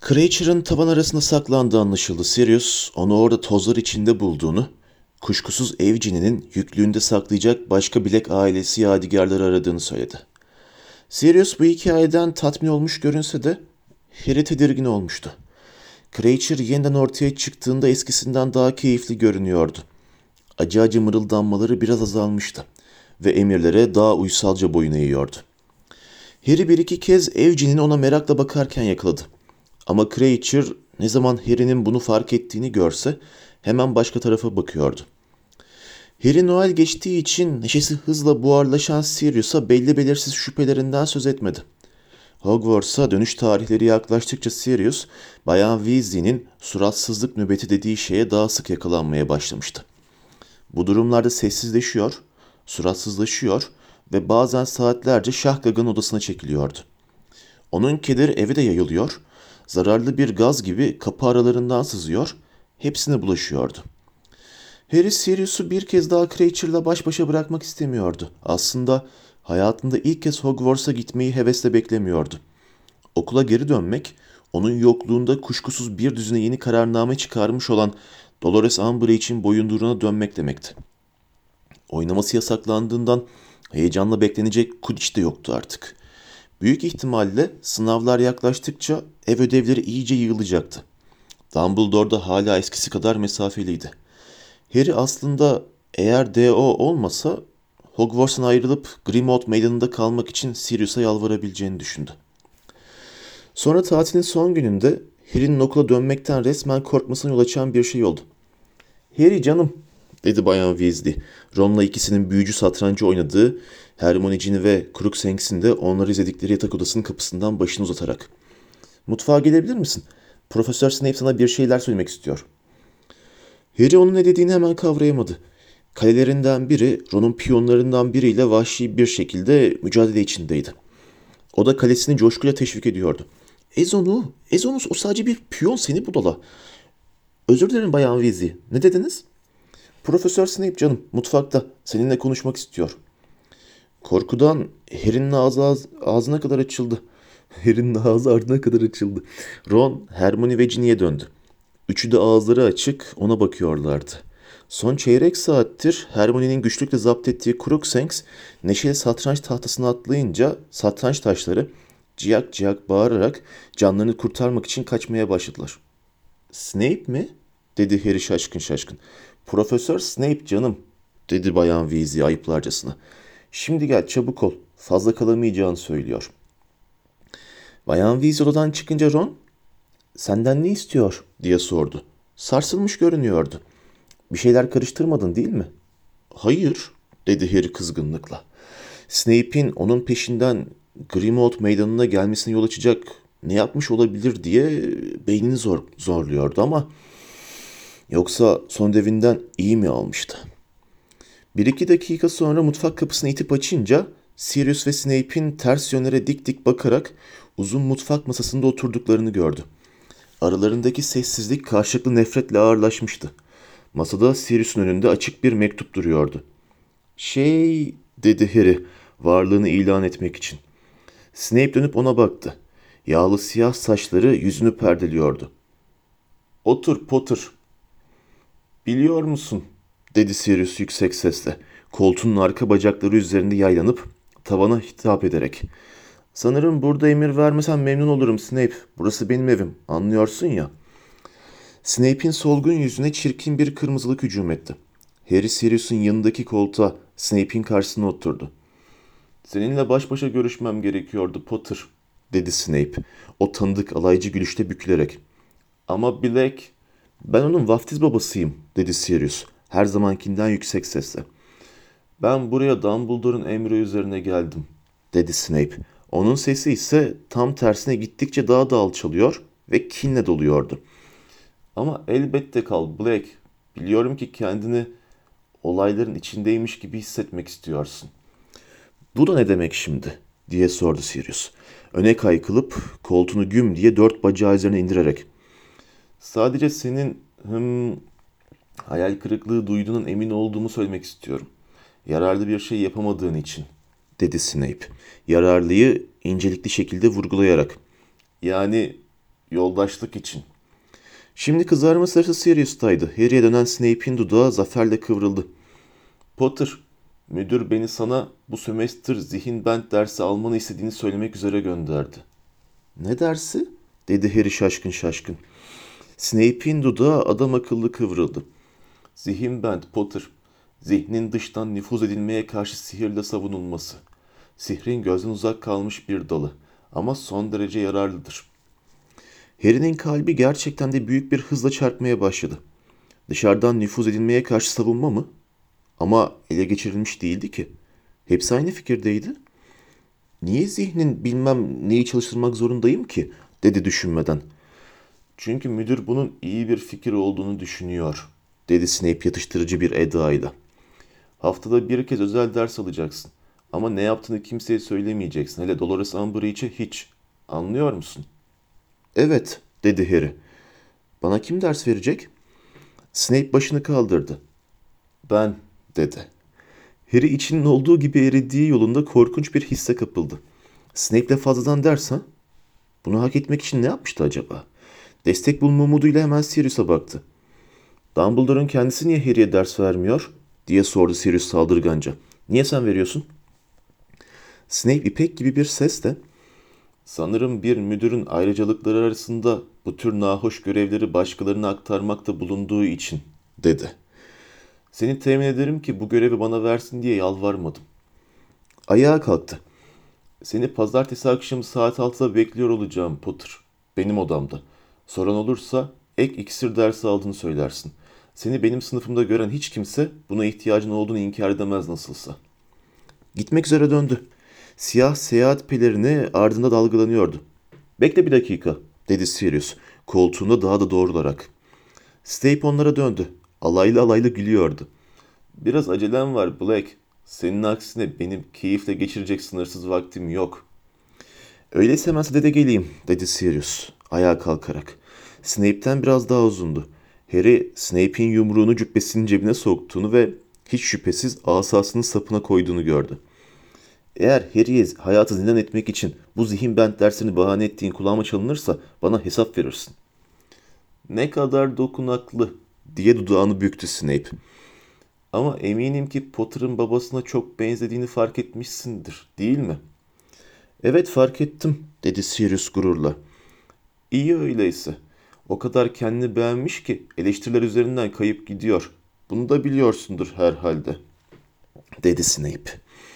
Creature'ın tavan arasında saklandığı anlaşıldı. Sirius onu orada tozlar içinde bulduğunu, kuşkusuz ev cininin yüklüğünde saklayacak başka Black ailesi yadigarları aradığını söyledi. Sirius bu hikayeden tatmin olmuş görünse de Harry tedirgin olmuştu. Creature yeniden ortaya çıktığında eskisinden daha keyifli görünüyordu. Acı acı mırıldanmaları biraz azalmıştı ve emirlere daha uysalca boyun eğiyordu. Harry bir iki kez evcinin ona merakla bakarken yakaladı. Ama Creature ne zaman Harry'nin bunu fark ettiğini görse hemen başka tarafa bakıyordu. Harry Noel geçtiği için neşesi hızla buharlaşan Sirius'a belli belirsiz şüphelerinden söz etmedi. Hogwarts'a dönüş tarihleri yaklaştıkça Sirius, Bayan Weasley'nin suratsızlık nöbeti dediği şeye daha sık yakalanmaya başlamıştı. Bu durumlarda sessizleşiyor, suratsızlaşıyor ve bazen saatlerce Şahgag'ın odasına çekiliyordu. Onun kederi eve de yayılıyor, zararlı bir gaz gibi kapı aralarından sızıyor, hepsine bulaşıyordu. Harry Sirius'u bir kez daha Creature'la baş başa bırakmak istemiyordu. Aslında hayatında ilk kez Hogwarts'a gitmeyi hevesle beklemiyordu. Okula geri dönmek, onun yokluğunda kuşkusuz bir düzine yeni kararname çıkarmış olan Dolores Umbridge'in boyunduruğuna dönmek demekti. Oynaması yasaklandığından heyecanla beklenecek Quidditch de yoktu artık. Büyük ihtimalle sınavlar yaklaştıkça ev ödevleri iyice yığılacaktı. Dumbledore da hala eskisi kadar mesafeliydi. Harry aslında eğer D.O. olmasa Hogwarts'tan ayrılıp Grimmauld Meydanı'nda kalmak için Sirius'a yalvarabileceğini düşündü. Sonra tatilin son gününde Harry'nin okula dönmekten resmen korkmasına yol açan bir şey oldu. "Harry canım," dedi Bayan Weasley, Ron'la ikisinin büyücü satrancı oynadığı, Hermione, Ginny ve Crookshanks'in de onları izledikleri yatak odasının kapısından başını uzatarak. "Mutfağa gelebilir misin? Profesör Snape sana bir şeyler söylemek istiyor." Harry onun ne dediğini hemen kavrayamadı. Kalelerinden biri, Ron'un piyonlarından biriyle vahşi bir şekilde mücadele içindeydi. O da kalesini coşkuyla teşvik ediyordu. Ez onu, o sadece bir piyon seni budala." "Özür dilerim Bayan Weasley, ne dediniz?" "Profesör Snape canım, mutfakta, seninle konuşmak istiyor." Korkudan Harry'nin ağzına kadar açıldı. Harry'nin ağzı ardına kadar açıldı. Ron, Hermione ve Ginny'ye döndü. Üçü de ağızları açık ona bakıyorlardı. Son çeyrek saattir Hermione'nin güçlükle zapt ettiği Crookshanks neşeli satranç tahtasına atlayınca satranç taşları ciyak ciyak bağırarak canlarını kurtarmak için kaçmaya başladılar. "Snape mi?" dedi Harry şaşkın şaşkın. "Profesör Snape canım," dedi Bayan Weasley ayıplarcasına. "Şimdi gel çabuk ol. Fazla kalamayacağını söylüyor." Bayan Weasley odadan çıkınca Ron, "Senden ne istiyor?" diye sordu. Sarsılmış görünüyordu. "Bir şeyler karıştırmadın değil mi?" "Hayır," dedi Harry kızgınlıkla. Snape'in onun peşinden Grimmauld Meydanı'na gelmesine yol açacak ne yapmış olabilir diye beynini zorluyordu ama yoksa son devinden iyi mi almıştı? Bir iki dakika sonra mutfak kapısını itip açınca Sirius ve Snape'in ters yönlere dik dik bakarak uzun mutfak masasında oturduklarını gördü. Aralarındaki sessizlik karşılıklı nefretle ağırlaşmıştı. Masada Sirius'un önünde açık bir mektup duruyordu. Dedi Harry varlığını ilan etmek için. Snape dönüp ona baktı. Yağlı siyah saçları yüzünü perdeliyordu. "Otur Potter." "Biliyor musun?" dedi Sirius yüksek sesle, koltuğunun arka bacakları üzerinde yaylanıp tavana hitap ederek. "Sanırım burada emir vermesen memnun olurum Snape. Burası benim evim, anlıyorsun ya." Snape'in solgun yüzüne çirkin bir kırmızılık hücum etti. Harry Sirius'un yanındaki koltuğa Snape'in karşısına oturdu. "Seninle baş başa görüşmem gerekiyordu Potter," dedi Snape, o tanıdık alaycı gülüşte bükülerek. "Ama Black, ben onun vaftiz babasıyım," dedi Sirius, her zamankinden yüksek sesle. "Ben buraya Dumbledore'un emri üzerine geldim," dedi Snape. Onun sesi ise tam tersine gittikçe daha da alçalıyor ve kinle doluyordu. "Ama elbette kal Black. Biliyorum ki kendini olayların içindeymiş gibi hissetmek istiyorsun." "Bu da ne demek şimdi?" diye sordu Sirius. Öne kaykılıp koltuğunu güm diye dört bacağı üzerine indirerek. "Sadece senin hayal kırıklığı duyduğunun emin olduğumu söylemek istiyorum. Yararlı bir şey yapamadığın için," dedi Snape. Yararlıyı incelikli şekilde vurgulayarak. "Yani yoldaşlık için. Şimdi kızarma sarısı Sirius'taydı. Harry'e dönen Snape'in dudağı zaferle kıvrıldı. Potter, müdür beni sana bu sömestr zihin bent dersi almanı istediğini söylemek üzere gönderdi. Ne dersi? Dedi Harry şaşkın şaşkın. Snape'in dudağı adam akıllı kıvrıldı. Zihin bent Potter, zihnin dıştan nüfuz edilmeye karşı sihirle savunulması. Sihrin gözden uzak kalmış bir dalı ama son derece yararlıdır. Harry'nin kalbi gerçekten de büyük bir hızla çarpmaya başladı. Dışarıdan nüfuz edilmeye karşı savunma mı? Ama ele geçirilmiş değildi ki. Hepsi aynı fikirdeydi. Niye zihnin bilmem neyi çalıştırmak zorundayım ki? Dedi düşünmeden. Çünkü müdür bunun iyi bir fikir olduğunu düşünüyor, dedi Snape yatıştırıcı bir edayla. Haftada bir kez özel ders alacaksın. Ama ne yaptığını kimseye söylemeyeceksin. Hele Dolores Umbridge'e hiç. Anlıyor musun? Evet, dedi Harry. Bana kim ders verecek? Snape başını kaldırdı. Ben, dedi. Harry içinin olduğu gibi eridiği yolunda korkunç bir hisse kapıldı. Snape'le fazladan ders ha? Bunu hak etmek için ne yapmıştı acaba? Destek bulma umuduyla hemen Sirius'a baktı. Dumbledore'un kendisi niye Harry'e ders vermiyor? Diye sordu Sirius saldırganca. Niye sen veriyorsun? Snape ipek gibi bir sesle sanırım bir müdürün ayrıcalıkları arasında bu tür nahoş görevleri başkalarına aktarmakta bulunduğu için, dedi. Seni temin ederim ki bu görevi bana versin diye yalvarmadım. Ayağa kalktı. Seni pazartesi akşamı saat 6'da bekliyor olacağım Potter. Benim odamda. Soran olursa ek iksir dersi aldığını söylersin. Seni benim sınıfımda gören hiç kimse buna ihtiyacın olduğunu inkar edemez nasılsa. Gitmek üzere döndü. Siyah seyahat pelerini ardında dalgalanıyordu. Bekle bir dakika, dedi Sirius, koltuğunda daha da doğrularak. Snape onlara döndü. Alaylı alaylı gülüyordu. Biraz acelem var Black. Senin aksine benim keyifle geçirecek sınırsız vaktim yok. Öyleyse hemen de geleyim, dedi Sirius, ayağa kalkarak. Snape'ten biraz daha uzundu. Harry, Snape'in yumruğunu cübbesinin cebine soktuğunu ve hiç şüphesiz asasının sapına koyduğunu gördü. Eğer Harry'e hayatı zindan etmek için bu zihin bent dersini bahane ettiğin kulağıma çalınırsa bana hesap verirsin. Ne kadar dokunaklı, diye dudağını büktü Snape. Ama eminim ki Potter'ın babasına çok benzediğini fark etmişsindir, değil mi? Evet fark ettim, dedi Sirius gururla. İyi öyleyse. O kadar kendini beğenmiş ki eleştiriler üzerinden kayıp gidiyor. Bunu da biliyorsundur herhalde, dedi Snape.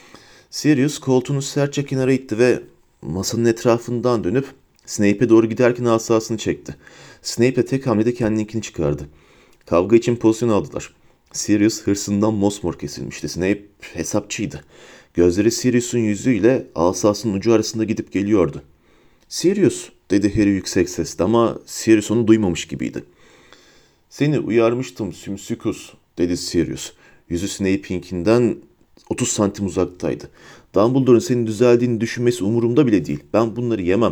Sirius koltuğunu sertçe kenara itti ve masanın etrafından dönüp Snape'e doğru giderken asasını çekti. Snape de tek hamlede kendininkini çıkardı. Kavga için pozisyon aldılar. Sirius hırsından mosmor kesilmişti. Snape hesapçıydı. Gözleri Sirius'un yüzüyle asasının ucu arasında gidip geliyordu. Sirius, dedi Harry yüksek sesle ama Sirius onu duymamış gibiydi. Seni uyarmıştım Sümsükus, dedi Sirius. Yüzü Snape'inkinden 30 santim uzaktaydı. Dumbledore'un senin düzeldiğini düşünmesi umurumda bile değil. Ben bunları yemem.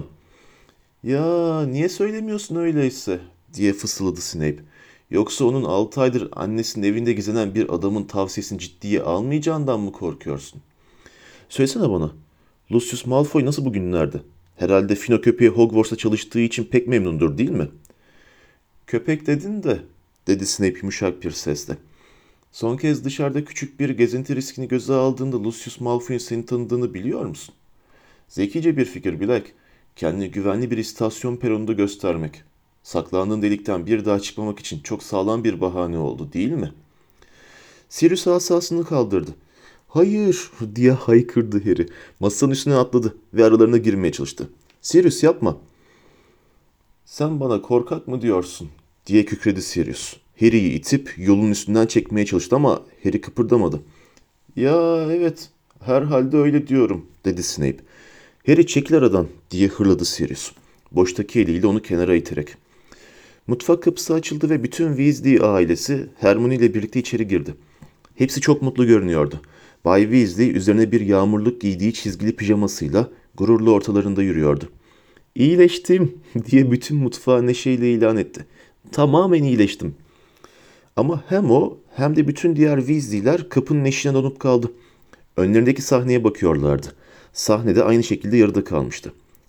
Ya niye söylemiyorsun öyleyse, diye fısıldadı Snape. Yoksa onun 6 aydır annesinin evinde gizlenen bir adamın tavsiyesini ciddiye almayacağından mı korkuyorsun? Söylesene bana, Lucius Malfoy nasıl bugünlerde? Herhalde Fino köpeği Hogwarts'ta çalıştığı için pek memnundur değil mi? Köpek dedin de, dedi Snape yumuşak bir sesle. Son kez dışarıda küçük bir gezinti riskini göze aldığında Lucius Malfoy'un seni tanıdığını biliyor musun? Zekice bir fikir Black. Kendini güvenli bir istasyon peronunda göstermek. Saklandığın delikten bir daha çıkmamak için çok sağlam bir bahane oldu değil mi? Sirius asasını kaldırdı. Hayır diye haykırdı Harry. Masanın üstüne atladı ve aralarına girmeye çalıştı. Sirius yapma. Sen bana korkak mı diyorsun? Diye kükredi Sirius. Harry'yi itip yolun üstünden çekmeye çalıştı ama Harry kıpırdamadı. Ya evet, herhalde öyle diyorum, dedi Snape. Harry çekil aradan, diye hırladı Sirius, boştaki eliyle onu kenara iterek. Mutfak kapısı açıldı ve bütün Weasley ailesi Hermione ile birlikte içeri girdi. Hepsi çok mutlu görünüyordu. Bay Weasley üzerine bir yağmurluk giydiği çizgili pijamasıyla gururlu ortalarında yürüyordu. İyileştim diye bütün mutfağı neşeyle ilan etti. Tamamen iyileştim. Ama hem o hem de bütün diğer Weasley'ler kapının eşiğine donup kaldı. Önlerindeki sahneye bakıyorlardı. Sahne de aynı şekilde yarıda kalmıştı.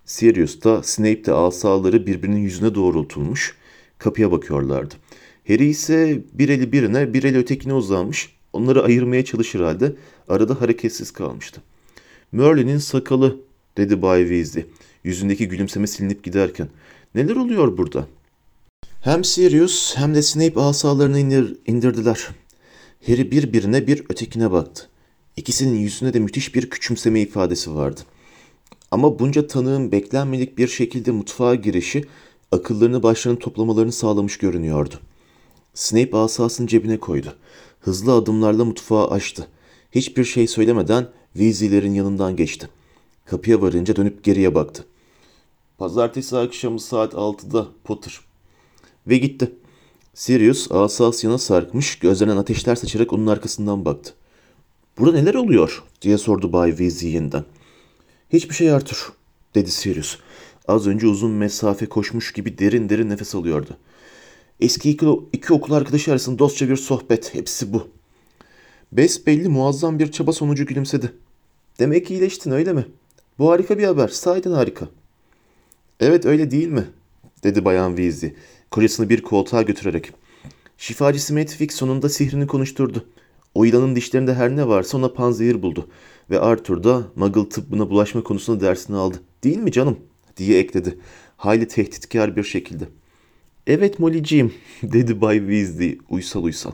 Sirius da Snape de asaları birbirinin yüzüne doğrultulmuş, kapıya bakıyorlardı. Harry ise bir eli birine, bir eli ötekine uzanmış, onları ayırmaya çalışır halde arada hareketsiz kalmıştı. "Merlin'in sakalı," dedi Bay Weasley, yüzündeki gülümseme silinip giderken. "Neler oluyor burada?" Hem Sirius hem de Snape asalarını indirdiler. Harry birbirine bir ötekine baktı. İkisinin yüzünde de müthiş bir küçümseme ifadesi vardı. Ama bunca tanığın beklenmedik bir şekilde mutfağa girişi akıllarını başlarını toplamalarını sağlamış görünüyordu. Snape asasını cebine koydu. Hızlı adımlarla mutfağı açtı. Hiçbir şey söylemeden Weasley'lerin yanından geçti. Kapıya varınca dönüp geriye baktı. "Pazartesi akşamı saat 6'da Potter." Ve gitti. Sirius asası yana sarkmış, gözlerinden ateşler saçarak onun arkasından baktı. "Burada neler oluyor?" diye sordu Bay Weasley yeniden. "Hiçbir şey Arthur," dedi Sirius. Az önce uzun mesafe koşmuş gibi derin derin nefes alıyordu. "Eski iki okul arkadaşı arasında dostça bir sohbet, hepsi bu." Besbelli muazzam bir çaba sonucu gülümsedi. "Demek iyileştin öyle mi? Bu harika bir haber, sahiden harika." "Evet öyle değil mi?" dedi Bayan Weasley, kocasını bir koltuğa götürerek. "Şifacı Smithwick sonunda sihrini konuşturdu. O yılanın dişlerinde her ne varsa ona panzehir buldu. Ve Arthur da Muggle tıbbına bulaşma konusunda dersini aldı. Değil mi canım?" diye ekledi, hayli tehditkar bir şekilde. "Evet Molly'ciğim," dedi Bay Weasley uysal uysal.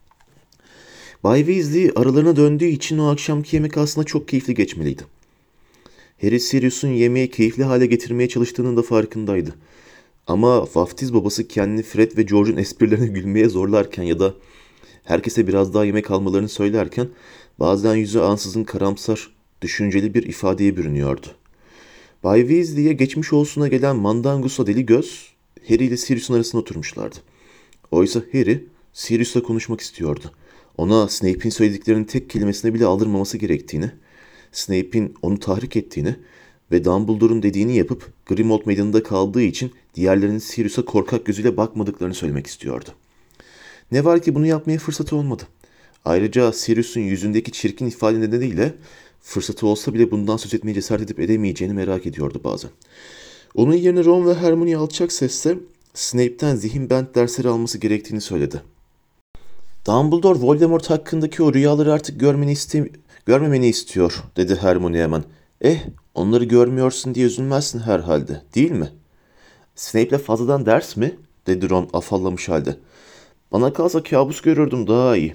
Bay Weasley aralarına döndüğü için o akşamki yemek aslında çok keyifli geçmeliydi. Harry Sirius'un yemeği keyifli hale getirmeye çalıştığının da farkındaydı. Ama vaftiz babası kendini Fred ve George'un esprilerine gülmeye zorlarken ya da herkese biraz daha yemek almalarını söylerken bazen yüzü ansızın karamsar, düşünceli bir ifadeye bürünüyordu. Bay Weasley'e geçmiş olsuna gelen Mandangus'la Deli Göz, Harry ile Sirius'un arasına oturmuşlardı. Oysa Harry, Sirius'la konuşmak istiyordu. Ona Snape'in söylediklerinin tek kelimesine bile aldırmaması gerektiğini, Snape'in onu tahrik ettiğini ve Dumbledore'un dediğini yapıp Grimmauld Meydanı'nda kaldığı için diğerlerinin Sirius'a korkak gözüyle bakmadıklarını söylemek istiyordu. Ne var ki bunu yapmaya fırsatı olmadı. Ayrıca Sirius'un yüzündeki çirkin ifade nedeniyle fırsatı olsa bile bundan söz etmeye cesaret edip edemeyeceğini merak ediyordu bazen. Onun yerine Ron ve Hermione alçak sesle Snape'ten zihin bent dersleri alması gerektiğini söyledi. "Dumbledore Voldemort hakkındaki o rüyaları artık görmemeni istiyor," dedi Hermione hemen. Onları görmüyorsun diye üzülmezsin herhalde, değil mi?" "Snape'le fazladan ders mi?" dedi Ron afallamış halde. "Bana kalsa kabus görürdüm daha iyi."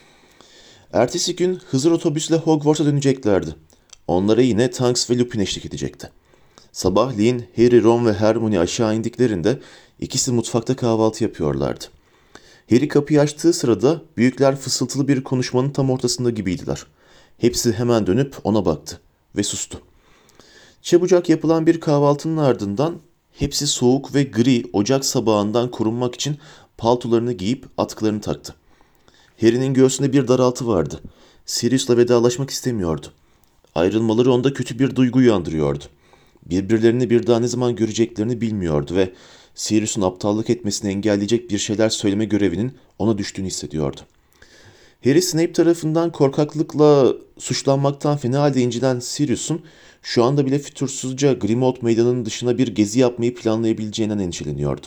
Ertesi gün Hızır otobüsle Hogwarts'a döneceklerdi. Onlara yine Tonks ve Lupin eşlik edecekti. Sabahleyin Harry, Ron ve Hermione aşağı indiklerinde ikisi mutfakta kahvaltı yapıyorlardı. Harry kapıyı açtığı sırada büyükler fısıltılı bir konuşmanın tam ortasında gibiydiler. Hepsi hemen dönüp ona baktı ve sustu. Çabucak yapılan bir kahvaltının ardından hepsi soğuk ve gri ocak sabahından korunmak için paltolarını giyip atkılarını taktı. Harry'nin göğsünde bir daraltı vardı. Sirius'la vedalaşmak istemiyordu. Ayrılmaları onda kötü bir duygu uyandırıyordu. Birbirlerini bir daha ne zaman göreceklerini bilmiyordu ve Sirius'un aptallık etmesini engelleyecek bir şeyler söyleme görevinin ona düştüğünü hissediyordu. Harry Snape tarafından korkaklıkla suçlanmaktan fena halde incinen Sirius'un şu anda bile fütursuzca Grimmauld Meydanı'nın dışına bir gezi yapmayı planlayabileceğinden endişeleniyordu.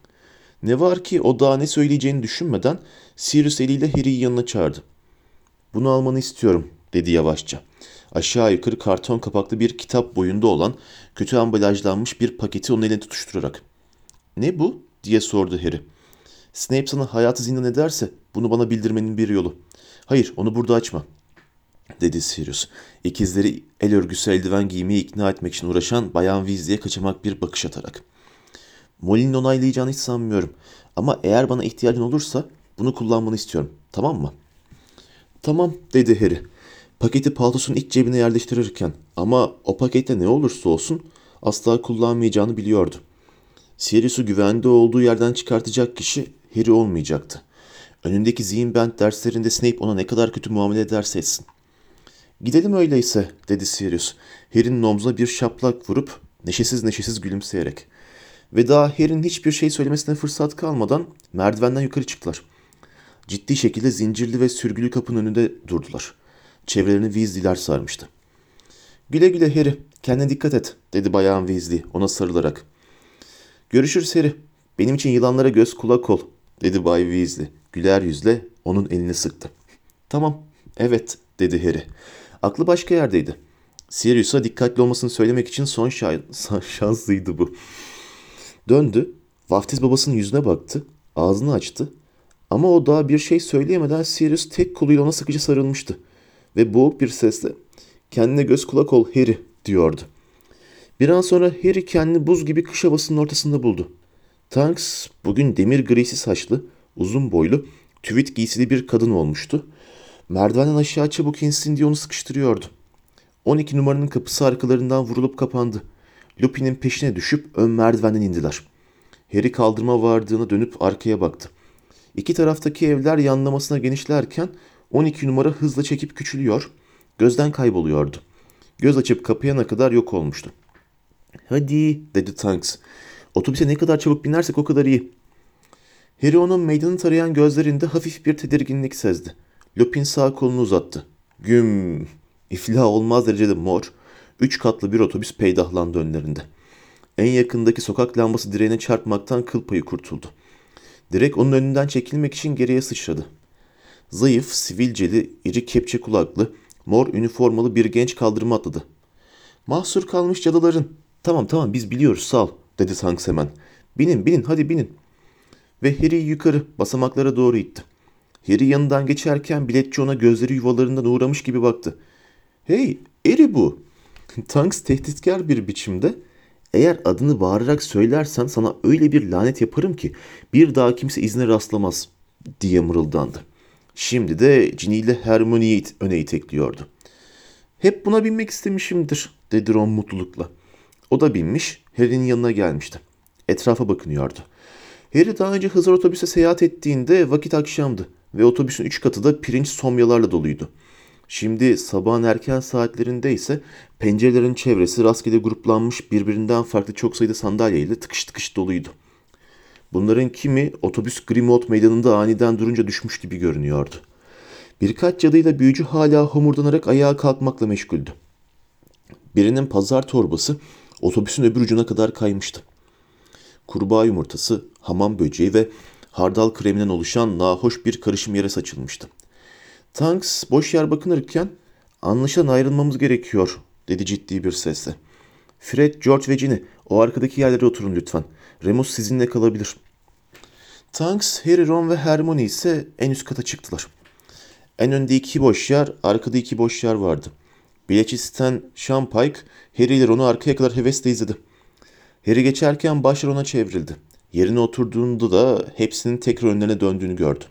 Ne var ki o daha ne söyleyeceğini düşünmeden Sirius eliyle Harry'i yanına çağırdı. "Bunu almanı istiyorum," dedi yavaşça. Aşağı yukarı karton kapaklı bir kitap boyunda olan kötü ambalajlanmış bir paketi onun eline tutuşturarak. "Ne bu?" diye sordu Harry. "Snape sana hayatı zindan ederse bunu bana bildirmenin bir yolu." "Hayır, onu burada açma," dedi Sirius. İkizleri el örgüsü eldiven giymeye ikna etmek için uğraşan Bayan Weasley'e kaçamak bir bakış atarak. "Molly'nin onaylayacağını hiç sanmıyorum. Ama eğer bana ihtiyacın olursa bunu kullanmanı istiyorum. Tamam mı?" "Tamam," dedi Harry. Paketi paltosunun iç cebine yerleştirirken ama o pakette ne olursa olsun asla kullanmayacağını biliyordu. Sirius'u güvende olduğu yerden çıkartacak kişi Harry olmayacaktı. Önündeki zihin bent derslerinde Snape ona ne kadar kötü muamele ederse etsin. "Gidelim öyleyse," dedi Sirius, Harry'nin omzuna bir şaplak vurup neşesiz neşesiz gülümseyerek. Ve daha Harry'nin hiçbir şey söylemesine fırsat kalmadan merdivenden yukarı çıktılar. Ciddi şekilde zincirli ve sürgülü kapının önünde durdular. Çevrelerini Weasley'ler sarmıştı. "Güle güle Harry. Kendine dikkat et, dedi Bayan Weasley ona sarılarak. Görüşürüz Harry. Benim için yılanlara göz kulak ol, dedi Bay Weasley. Güler yüzle onun elini sıktı. Tamam, evet, dedi Harry. Aklı başka yerdeydi. Sirius'a dikkatli olmasını söylemek için son şanslıydı bu. Döndü, vaftiz babasının yüzüne baktı, ağzını açtı. Ama o daha bir şey söyleyemeden Sirius tek koluyla ona sıkıcı sarılmıştı. Ve boğuk bir sesle kendine göz kulak ol Harry diyordu. Bir an sonra Harry kendini buz gibi kış havasının ortasında buldu. Tonks bugün demir grisi saçlı, uzun boylu, tüvit giysili bir kadın olmuştu. Merdivenden aşağı çabuk insin diye onu sıkıştırıyordu. 12 numaranın kapısı arkalarından vurulup kapandı. Lupin'in peşine düşüp ön merdivenden indiler. Harry kaldırıma vardığına dönüp arkaya baktı. İki taraftaki evler yanlamasına genişlerken 12 numara hızla çekip küçülüyor, gözden kayboluyordu. Göz açıp kapayana kadar yok olmuştu. Hadi, dedi Tonks. Otobüse ne kadar çabuk binersek o kadar iyi. Harry onun meydanı tarayan gözlerinde hafif bir tedirginlik sezdi. Lupin sağ kolunu uzattı. Güm! İflah olmaz derecede mor, 3 katlı bir otobüs peydahlandı önlerinde. En yakındaki sokak lambası direğine çarpmaktan kıl payı kurtuldu. Direk onun önünden çekilmek için geriye sıçradı. Zayıf, sivilceli, iri kepçe kulaklı, mor üniformalı bir genç kaldırıma atladı. Mahsur kalmış cadıların. Tamam biz biliyoruz sağ ol, dedi Tonks hemen. Binin hadi binin. Ve Harry'i yukarı basamaklara doğru itti. Harry yanından geçerken biletçi ona gözleri yuvalarından uğramış gibi baktı. Hey, Harry bu. Tonks tehditkar bir biçimde eğer adını bağırarak söylersen sana öyle bir lanet yaparım ki bir daha kimse izine rastlamaz diye mırıldandı. Şimdi de Ginny ile Hermione'yi öne itekliyordu. Hep buna binmek istemişimdir, dedi Ron mutlulukla. O da binmiş, Harry'nin yanına gelmişti. Etrafa bakınıyordu. Harry daha önce Hızır otobüse seyahat ettiğinde vakit akşamdı ve otobüsün 3 katı da pirinç somyalarla doluydu. Şimdi sabahın erken saatlerinde ise pencerelerin çevresi rastgele gruplanmış birbirinden farklı çok sayıda sandalyeyle tıkış tıkış doluydu. Bunların kimi otobüs Grimmauld meydanında aniden durunca düşmüş gibi görünüyordu. Birkaç cadıyla büyücü hala homurdanarak ayağa kalkmakla meşguldü. Birinin pazar torbası otobüsün öbür ucuna kadar kaymıştı. Kurbağa yumurtası, hamam böceği ve hardal kreminden oluşan nahoş bir karışım yere saçılmıştı. Tonks boş yer bakınırken anlaşılan ayrılmamız gerekiyor, dedi ciddi bir sesle. Fred, George ve Ginny o arkadaki yerlere oturun lütfen. Remus sizinle kalabilir. Tonks, Harry, Ron ve Hermione ise en üst kata çıktılar. En önde 2 boş yer, arkada 2 boş yer vardı. Biletçi Stan Shumpike, Harry ile Ron'u arkaya kadar hevesle izledi. Harry geçerken başlar ona çevrildi. Yerine oturduğunda da hepsinin tekrar önlerine döndüğünü gördü.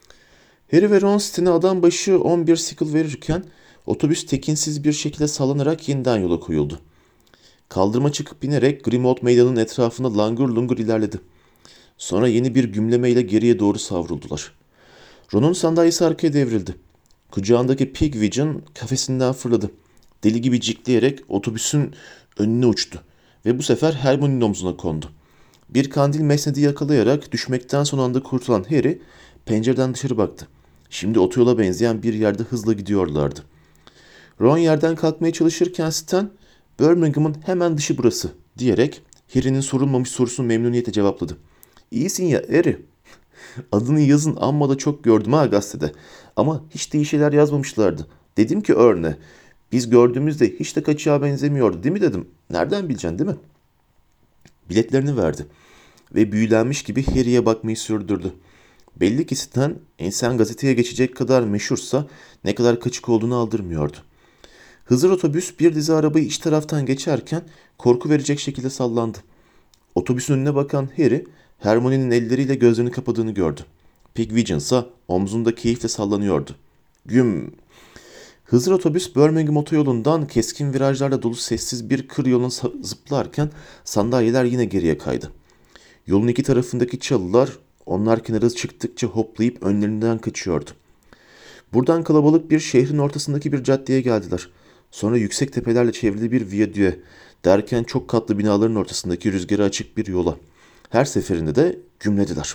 Harry ve Ron Stan'a adam başı 11 sickle verirken otobüs tekinsiz bir şekilde sallanarak yeniden yola koyuldu. Kaldırıma çıkıp binerek Grimmauld meydanının etrafında langur lungur ilerledi. Sonra yeni bir gümlemeyle geriye doğru savruldular. Ron'un sandalyesi arkaya devrildi. Kucağındaki Pigwidgeon kafesinden fırladı. Deli gibi cikleyerek otobüsün önüne uçtu ve bu sefer Hermione'nin omzuna kondu. Bir kandil mesnedi yakalayarak düşmekten son anda kurtulan Harry pencereden dışarı baktı. Şimdi otoyola benzeyen bir yerde hızla gidiyorlardı. Ron yerden kalkmaya çalışırken Stan, Birmingham'ın hemen dışı burası diyerek Harry'nin sorulmamış sorusunu memnuniyetle cevapladı. İyisin ya Harry. Adını yazın amma da çok gördüm ha gazetede. Ama hiç de iyi şeyler yazmamışlardı. Dedim ki örne. Biz gördüğümüzde hiç de kaçağa benzemiyordu değil mi dedim. Nereden bileceksin değil mi? Biletlerini verdi. Ve büyülenmiş gibi Harry'e bakmayı sürdürdü. Belli ki Stan insan gazeteye geçecek kadar meşhursa ne kadar kaçık olduğunu aldırmıyordu. Hızır otobüs bir dizi arabayı iç taraftan geçerken korku verecek şekilde sallandı. Otobüsün önüne bakan Harry, Hermione'nin elleriyle gözlerini kapadığını gördü. Pigwidgeon ise omzunda keyifle sallanıyordu. Güm! Hızır otobüs Birmingham otoyolundan keskin virajlarla dolu sessiz bir kır yoluna zıplarken sandalyeler yine geriye kaydı. Yolun iki tarafındaki çalılar onlar kenara çıktıkça hoplayıp önlerinden kaçıyordu. Buradan kalabalık bir şehrin ortasındaki bir caddeye geldiler. Sonra yüksek tepelerle çevrili bir viyadüğe, derken çok katlı binaların ortasındaki rüzgara açık bir yola. Her seferinde de gümlediler.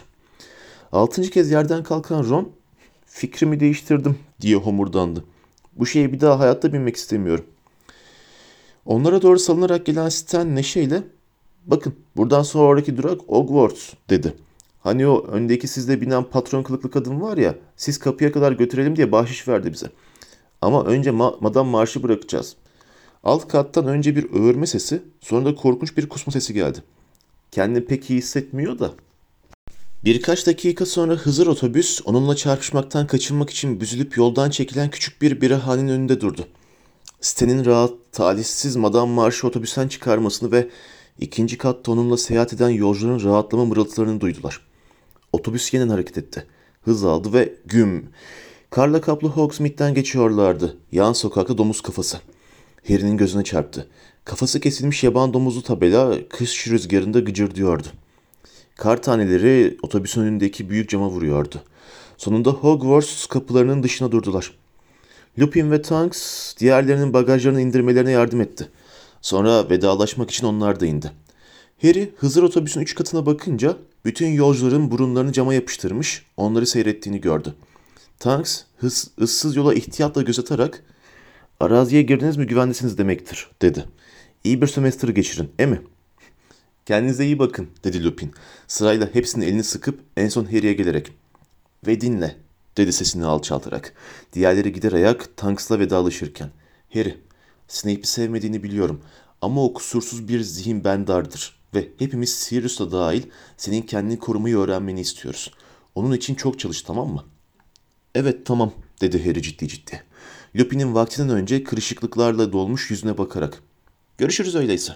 6. kez yerden kalkan Ron, fikrimi değiştirdim diye homurdandı. Bu şeye bir daha hayatta binmek istemiyorum. Onlara doğru salınarak gelen Stan neşeyle "Bakın, buradan sonraki durak Hogwarts," dedi. "Hani o öndeki sizle binen patron kılıklı kadın var ya, siz kapıya kadar götürelim diye bahşiş verdi bize. Ama önce Madame Marş'ı bırakacağız." Alt kattan önce bir öğürme sesi, sonra da korkunç bir kusma sesi geldi. Kendini pek iyi hissetmiyor da. Birkaç dakika sonra Hızır otobüs onunla çarpışmaktan kaçınmak için büzülüp yoldan çekilen küçük bir birahanenin önünde durdu. Stan'in rahat, talihsiz Madame Marş'ı otobüsten çıkarmasını ve ikinci katta onunla seyahat eden yolcuların rahatlama mırıltılarını duydular. Otobüs yeniden hareket etti. Hız aldı ve güm. Karla kaplı Hogsmeade'den geçiyorlardı. Yan sokakta domuz kafası. Harry'nin gözüne çarptı. Kafası kesilmiş yaban domuzu tabela kış rüzgarında gıcırdıyordu. Kar taneleri otobüsün önündeki büyük cama vuruyordu. Sonunda Hogwarts kapılarının dışına durdular. Lupin ve Tonks diğerlerinin bagajlarını indirmelerine yardım etti. Sonra vedalaşmak için onlar da indi. Harry Hızır otobüsün 3 katına bakınca bütün yolcuların burunlarını cama yapıştırmış, onları seyrettiğini gördü. Tonks ıssız yola ihtiyatla göz atarak "Araziye girdiniz mi güvendesiniz demektir," dedi. "İyi bir sömestr geçirin, mi?" "Kendinize iyi bakın," dedi Lupin. Sırayla hepsinin elini sıkıp en son Harry'e gelerek "Ve dinle," dedi sesini alçaltarak. Diğerleri gider ayak Tonks'la vedalaşırken. "Harry, Snape'i sevmediğini biliyorum ama o kusursuz bir zihin bendardır ve hepimiz Sirius'la dahil senin kendini korumayı öğrenmeni istiyoruz. Onun için çok çalış, tamam mı?" "Evet, tamam," dedi Harry ciddi ciddi. Lupin'in vaktinden önce kırışıklıklarla dolmuş yüzüne bakarak. "Görüşürüz öyleyse."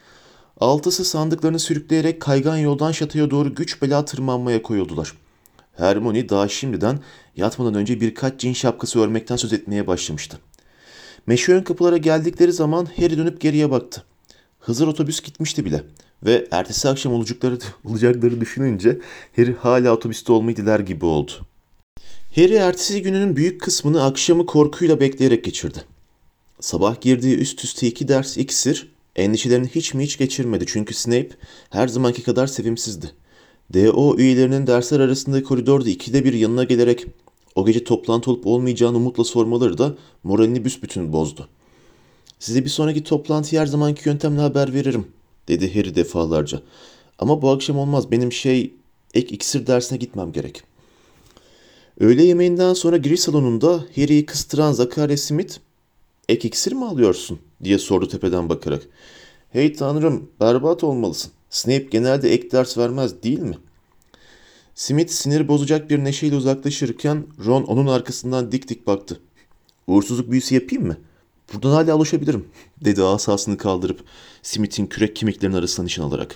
Altısı sandıklarını sürükleyerek kaygan yoldan şatoya doğru güç bela tırmanmaya koyuldular. Hermione daha şimdiden yatmadan önce birkaç cin şapkası örmekten söz etmeye başlamıştı. Meşe ön kapılara geldikleri zaman Harry dönüp geriye baktı. Hızır otobüs gitmişti bile ve ertesi akşam olacakları düşününce Harry hala otobüste olmayı diler gibi oldu. Harry ertesi gününün büyük kısmını akşamı korkuyla bekleyerek geçirdi. Sabah girdiği üst üste 2 ders iksir, endişelerini hiç mi hiç geçirmedi çünkü Snape her zamanki kadar sevimsizdi. D.O. üyelerinin dersler arasında koridorda 2'de bir yanına gelerek o gece toplantı olup olmayacağını umutla sormaları da moralini büsbütün bozdu. "Size bir sonraki toplantıyı her zamanki yöntemle haber veririm," dedi Harry defalarca. "Ama bu akşam olmaz, benim ek iksir dersine gitmem gerek." Öğle yemeğinden sonra giriş salonunda Harry'i kıstıran Zachariah Smith, "Ek iksir mi alıyorsun?" diye sordu tepeden bakarak. "Hey tanrım, berbat olmalısın. Snape genelde ek ders vermez değil mi?" Smith sinir bozacak bir neşeyle uzaklaşırken Ron onun arkasından dik dik baktı. "Uğursuzluk büyüsü yapayım mı? Buradan hala ulaşabilirim," dedi asasını kaldırıp Smith'in kürek kemiklerinin arasına nişan alarak.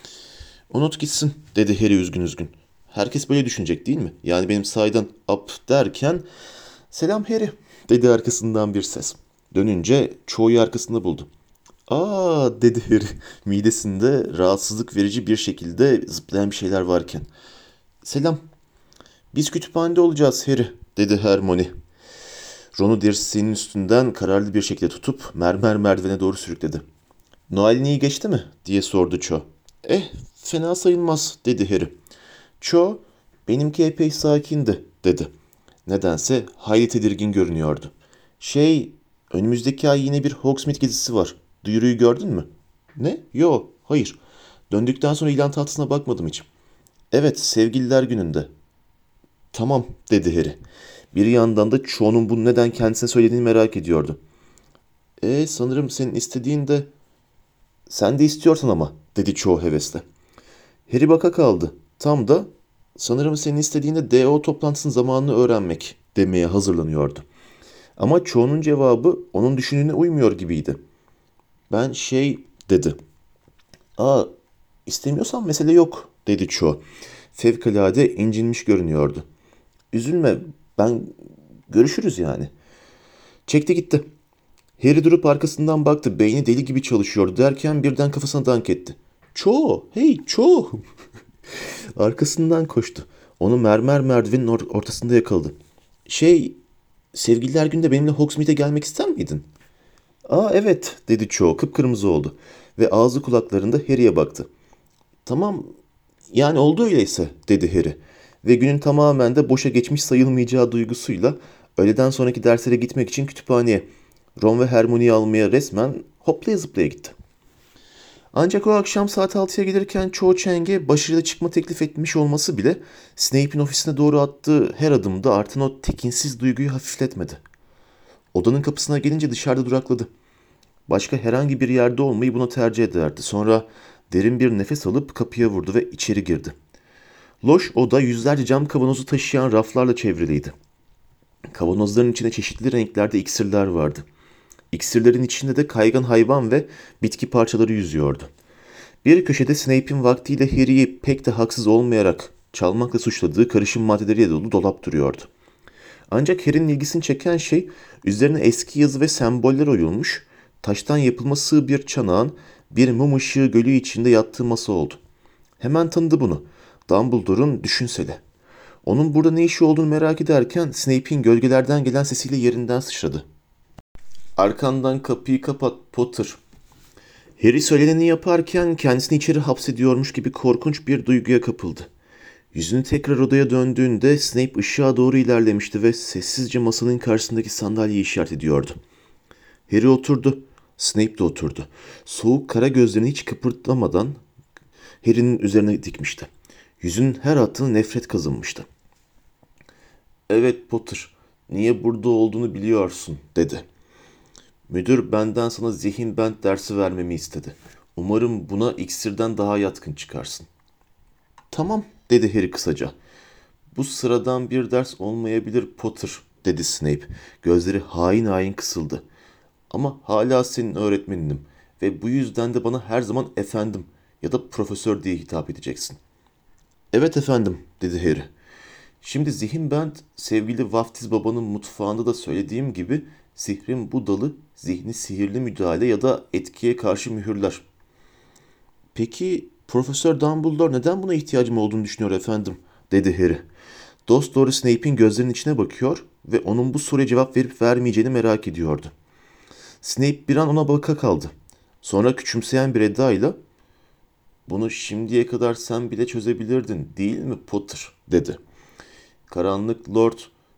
"Unut gitsin," dedi Harry üzgün üzgün. "Herkes böyle düşünecek değil mi? Yani benim sahiden up derken..." "Selam Harry," dedi arkasından bir ses. Dönünce çoğu arkasında buldu. "Aa," dedi Harry, midesinde rahatsızlık verici bir şekilde zıplayan bir şeyler varken. "Selam." "Biz kütüphanede olacağız Harry," dedi Hermione. Ron'u dirseğinin üstünden kararlı bir şekilde tutup mermer merdivene doğru sürükledi. "Noel'in iyi geçti mi?" diye sordu Cho. Fena sayılmaz," dedi Harry. Cho, "Benimki epey sakindi," dedi. Nedense hayli tedirgin görünüyordu. Önümüzdeki ay yine bir Hogsmeade gezisi var. Duyuruyu gördün mü?" "Ne? Yo, hayır. Döndükten sonra ilan tahtasına bakmadım hiç." "Evet, sevgililer gününde." "Tamam," dedi Harry. Bir yandan da Cho'nun bunu neden kendisine söylediğini merak ediyordu. Sanırım senin istediğin de..." "Sen de istiyorsan ama," dedi Cho hevesle. Harry baka kaldı. Tam da "Sanırım senin istediğinde D.O. toplantısının zamanını öğrenmek," demeye hazırlanıyordu. Ama Cho'nun cevabı onun düşündüğüne uymuyor gibiydi. "Ben dedi. İstemiyorsan mesele yok," dedi Cho. Fevkalade incinmiş görünüyordu. "Üzülme, ben görüşürüz yani." Çekti gitti. Harry durup arkasından baktı. Beyni deli gibi çalışıyordu derken birden kafasına dank etti. "Cho, hey Cho!" Arkasından koştu. Onu mermer merdivenin ortasında yakaladı. "Sevgililer günde benimle Hogsmeade'e gelmek ister miydin?" Evet," dedi Cho, kıpkırmızı oldu ve ağzı kulaklarında Harry'e baktı. "Tamam, yani oldu öyleyse," dedi Harry ve günün tamamen de boşa geçmiş sayılmayacağı duygusuyla öğleden sonraki derslere gitmek için kütüphaneye, Ron ve Hermione'yi almaya resmen hoplaya zıplaya gitti. Ancak o akşam saat 6'ya gelirken Cho Chang'e başarıyla çıkma teklif etmiş olması bile Snape'in ofisine doğru attığı her adımda artan o tekinsiz duyguyu hafifletmedi. Odanın kapısına gelince dışarıda durakladı. Başka herhangi bir yerde olmayı buna tercih ederdi. Sonra derin bir nefes alıp kapıya vurdu ve içeri girdi. Loş oda yüzlerce cam kavanozu taşıyan raflarla çevriliydi. Kavanozların içinde çeşitli renklerde iksirler vardı. İksirlerin içinde de kaygan hayvan ve bitki parçaları yüzüyordu. Bir köşede Snape'in vaktiyle Harry'i pek de haksız olmayarak çalmakla suçladığı karışım maddeleriyle dolu dolap duruyordu. Ancak Harry'nin ilgisini çeken şey üzerine eski yazı ve semboller oyulmuş, taştan yapılma sığ bir çanağın bir mum ışığı gölü içinde yattığı masa oldu. Hemen tanıdı bunu. Dumbledore'un düşünseli. Onun burada ne işi olduğunu merak ederken Snape'in gölgelerden gelen sesiyle yerinden sıçradı. Arkandan kapıyı kapat Potter. Harry söyleneni yaparken kendisini içeri hapsediyormuş gibi korkunç bir duyguya kapıldı. Yüzünü tekrar odaya döndüğünde Snape ışığa doğru ilerlemişti ve sessizce masanın karşısındaki sandalyeyi işaret ediyordu. Harry oturdu. Snape de oturdu. Soğuk kara gözlerini hiç kıpırdamadan Harry'nin üzerine dikmişti. Yüzünün her hattına nefret kazınmıştı. "Evet Potter, niye burada olduğunu biliyorsun," dedi. "Müdür benden sana zihin bent dersi vermemi istedi. Umarım buna iksirden daha yatkın çıkarsın." "Tamam," dedi Harry kısaca. "Bu sıradan bir ders olmayabilir Potter," dedi Snape. Gözleri hain hain kısıldı. "Ama hala senin öğretmeninim ve bu yüzden de bana her zaman efendim ya da profesör diye hitap edeceksin." "Evet efendim," dedi Harry. "Şimdi zihin bent, sevgili vaftiz babanın mutfağında da söylediğim gibi sihrin bu dalı zihni sihirli müdahale ya da etkiye karşı mühürler." "Peki Profesör Dumbledore neden buna ihtiyacım olduğunu düşünüyor efendim?" dedi Harry. Dosdoğru Snape'in gözlerinin içine bakıyor ve onun bu soruya cevap verip vermeyeceğini merak ediyordu. Snape bir an ona baka kaldı. Sonra küçümseyen bir edayla "Bunu şimdiye kadar sen bile çözebilirdin değil mi Potter?" dedi. "Karanlık Lord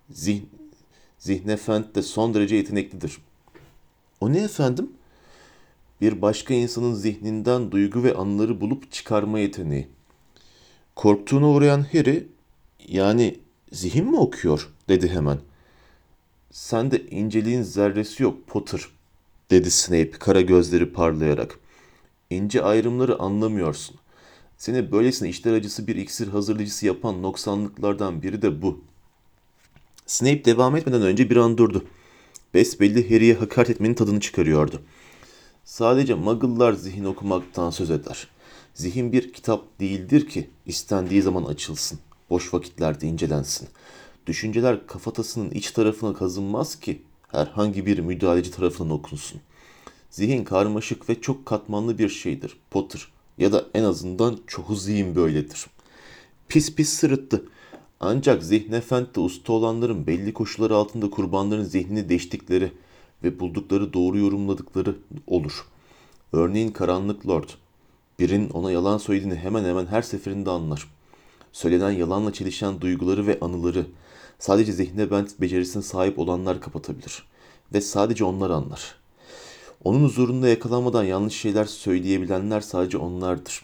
Zihnefend de son derece yeteneklidir." "O ne efendim?" "Bir başka insanın zihninden duygu ve anıları bulup çıkarma yeteneği." Korktuğuna uğrayan Harry, "Yani zihin mi okuyor?" dedi hemen. "Sen de inceliğin zerresi yok Potter," dedi Snape kara gözleri parlayarak. "İnce ayrımları anlamıyorsun. Seni böylesine içler acısı bir iksir hazırlayıcısı yapan noksanlıklardan biri de bu." Snape devam etmeden önce bir an durdu. Besbelli Harry'e hakaret etmenin tadını çıkarıyordu. "Sadece muggle'lar zihin okumaktan söz eder. Zihin bir kitap değildir ki istendiği zaman açılsın, boş vakitlerde incelensin. Düşünceler kafatasının iç tarafına kazınmaz ki herhangi bir müdahaleci tarafından okunsun. Zihin karmaşık ve çok katmanlı bir şeydir Potter, ya da en azından çoğu zihin böyledir." Pis pis sırıttı. Ancak zihnefendi usta olanların belli koşullar altında kurbanların zihnini deştikleri ve buldukları doğru yorumladıkları olur. Örneğin Karanlık Lord, birinin ona yalan söylediğini hemen hemen her seferinde anlar. Söylenen yalanla çelişen duyguları ve anıları sadece zihne bent becerisine sahip olanlar kapatabilir ve sadece onlar anlar. Onun huzurunda yakalanmadan yanlış şeyler söyleyebilenler sadece onlardır.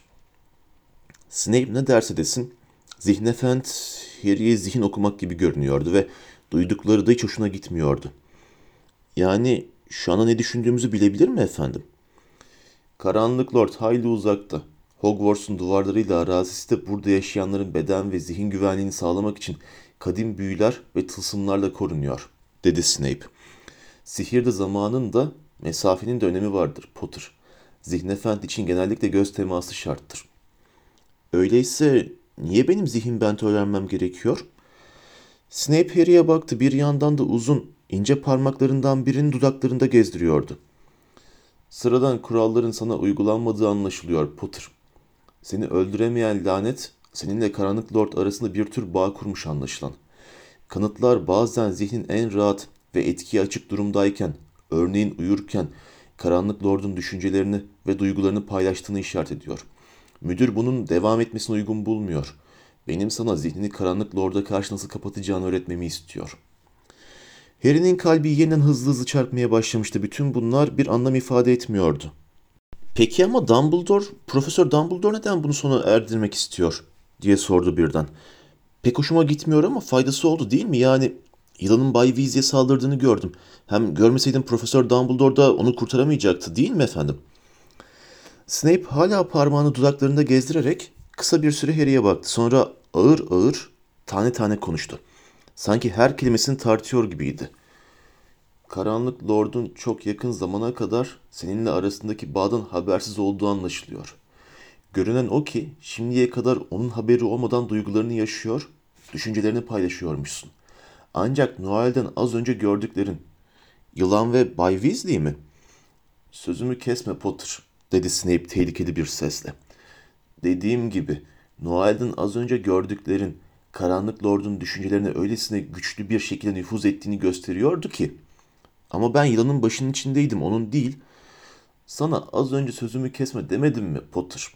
Snape ne derse desin, Zihnefend Harry'e zihin okumak gibi görünüyordu ve duydukları da hiç hoşuna gitmiyordu. "Yani şu anda ne düşündüğümüzü bilebilir mi efendim?" "Karanlık Lord hayli uzakta. Hogwarts'un duvarlarıyla arazisi de burada yaşayanların beden ve zihin güvenliğini sağlamak için kadim büyüler ve tılsımlarla korunuyor," dedi Snape. "Sihirde zamanın da mesafenin de önemi vardır Potter. Zihnefend için genellikle göz teması şarttır." "Öyleyse niye benim zihin benti öğrenmem gerekiyor?" Snape Harry'e baktı. Bir yandan da uzun, ince parmaklarından birini dudaklarında gezdiriyordu. "Sıradan kuralların sana uygulanmadığı anlaşılıyor Potter. Seni öldüremeyen lanet, seninle Karanlık Lord arasında bir tür bağ kurmuş anlaşılan. Kanıtlar bazen zihnin en rahat ve etkiye açık durumdayken, örneğin uyurken, Karanlık Lord'un düşüncelerini ve duygularını paylaştığını işaret ediyor. Müdür bunun devam etmesine uygun bulmuyor. Benim sana zihnini Karanlık Lord'a karşı nasıl kapatacağını öğretmemi istiyor." Harry'nin kalbi yeniden hızlı hızlı çarpmaya başlamıştı. Bütün bunlar bir anlam ifade etmiyordu. Peki ama Dumbledore, Profesör Dumbledore neden bunu sona erdirmek istiyor diye sordu birden. Pek hoşuma gitmiyor ama faydası oldu değil mi? Yani yılanın Bay Weasley'e saldırdığını gördüm. Hem görmeseydim Profesör Dumbledore da onu kurtaramayacaktı değil mi efendim? Snape hala parmağını dudaklarında gezdirerek kısa bir süre Harry'e baktı. Sonra ağır ağır tane tane konuştu. Sanki her kelimesini tartıyor gibiydi. Karanlık Lord'un çok yakın zamana kadar seninle arasındaki bağdan habersiz olduğu anlaşılıyor. Görünen o ki şimdiye kadar onun haberi olmadan duygularını yaşıyor, düşüncelerini paylaşıyormuşsun. Ancak Noel'den az önce gördüklerin, yılan ve Bay Weasley mi? Sözümü kesme Potter, dedi Snape tehlikeli bir sesle. Dediğim gibi, Noel'den az önce gördüklerin, Karanlık Lord'un düşüncelerine öylesine güçlü bir şekilde nüfuz ettiğini gösteriyordu ki. Ama ben yılanın başının içindeydim, onun değil. Sana az önce sözümü kesme demedim mi Potter?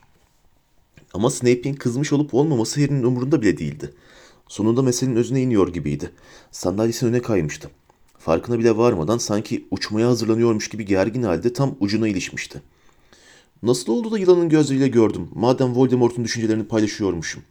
Ama Snape'in kızmış olup olmaması Harry'nin umurunda bile değildi. Sonunda meselenin özüne iniyor gibiydi. Sandalyesinin öne kaymıştı. Farkına bile varmadan sanki uçmaya hazırlanıyormuş gibi gergin halde tam ucuna ilişmişti. Nasıl oldu da yılanın gözleriyle gördüm, madem Voldemort'un düşüncelerini paylaşıyormuşum?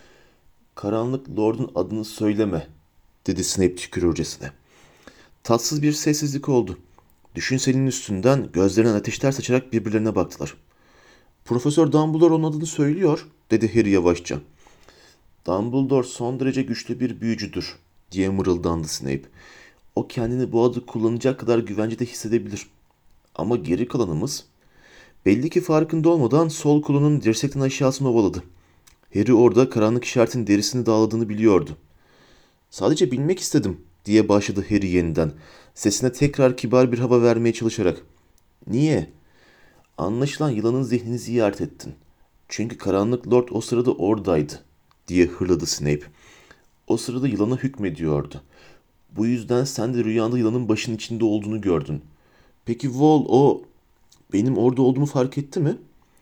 Karanlık Lord'un adını söyleme, dedi Snape tükürürcesine. Tatsız bir sessizlik oldu. Düşünselinin üstünden gözlerinden ateşler saçarak birbirlerine baktılar. Profesör Dumbledore onun adını söylüyor, dedi Harry yavaşça. Dumbledore son derece güçlü bir büyücüdür, diye mırıldandı Snape. O kendini bu adı kullanacak kadar güvencede hissedebilir. Ama geri kalanımız... Belli ki farkında olmadan sol kolunun dirsekten aşağısını ovaladı. Harry orada karanlık işaretin derisini dağladığını biliyordu. Sadece bilmek istedim, diye başladı Harry yeniden. Sesine tekrar kibar bir hava vermeye çalışarak. Niye? Anlaşılan yılanın zihnini ziyaret ettin. Çünkü Karanlık Lord o sırada oradaydı, diye hırladı Snape. O sırada yılana hükmediyordu. Bu yüzden sen de rüyanda yılanın başının içinde olduğunu gördün. Peki Vol o benim orada olduğumu fark etti mi?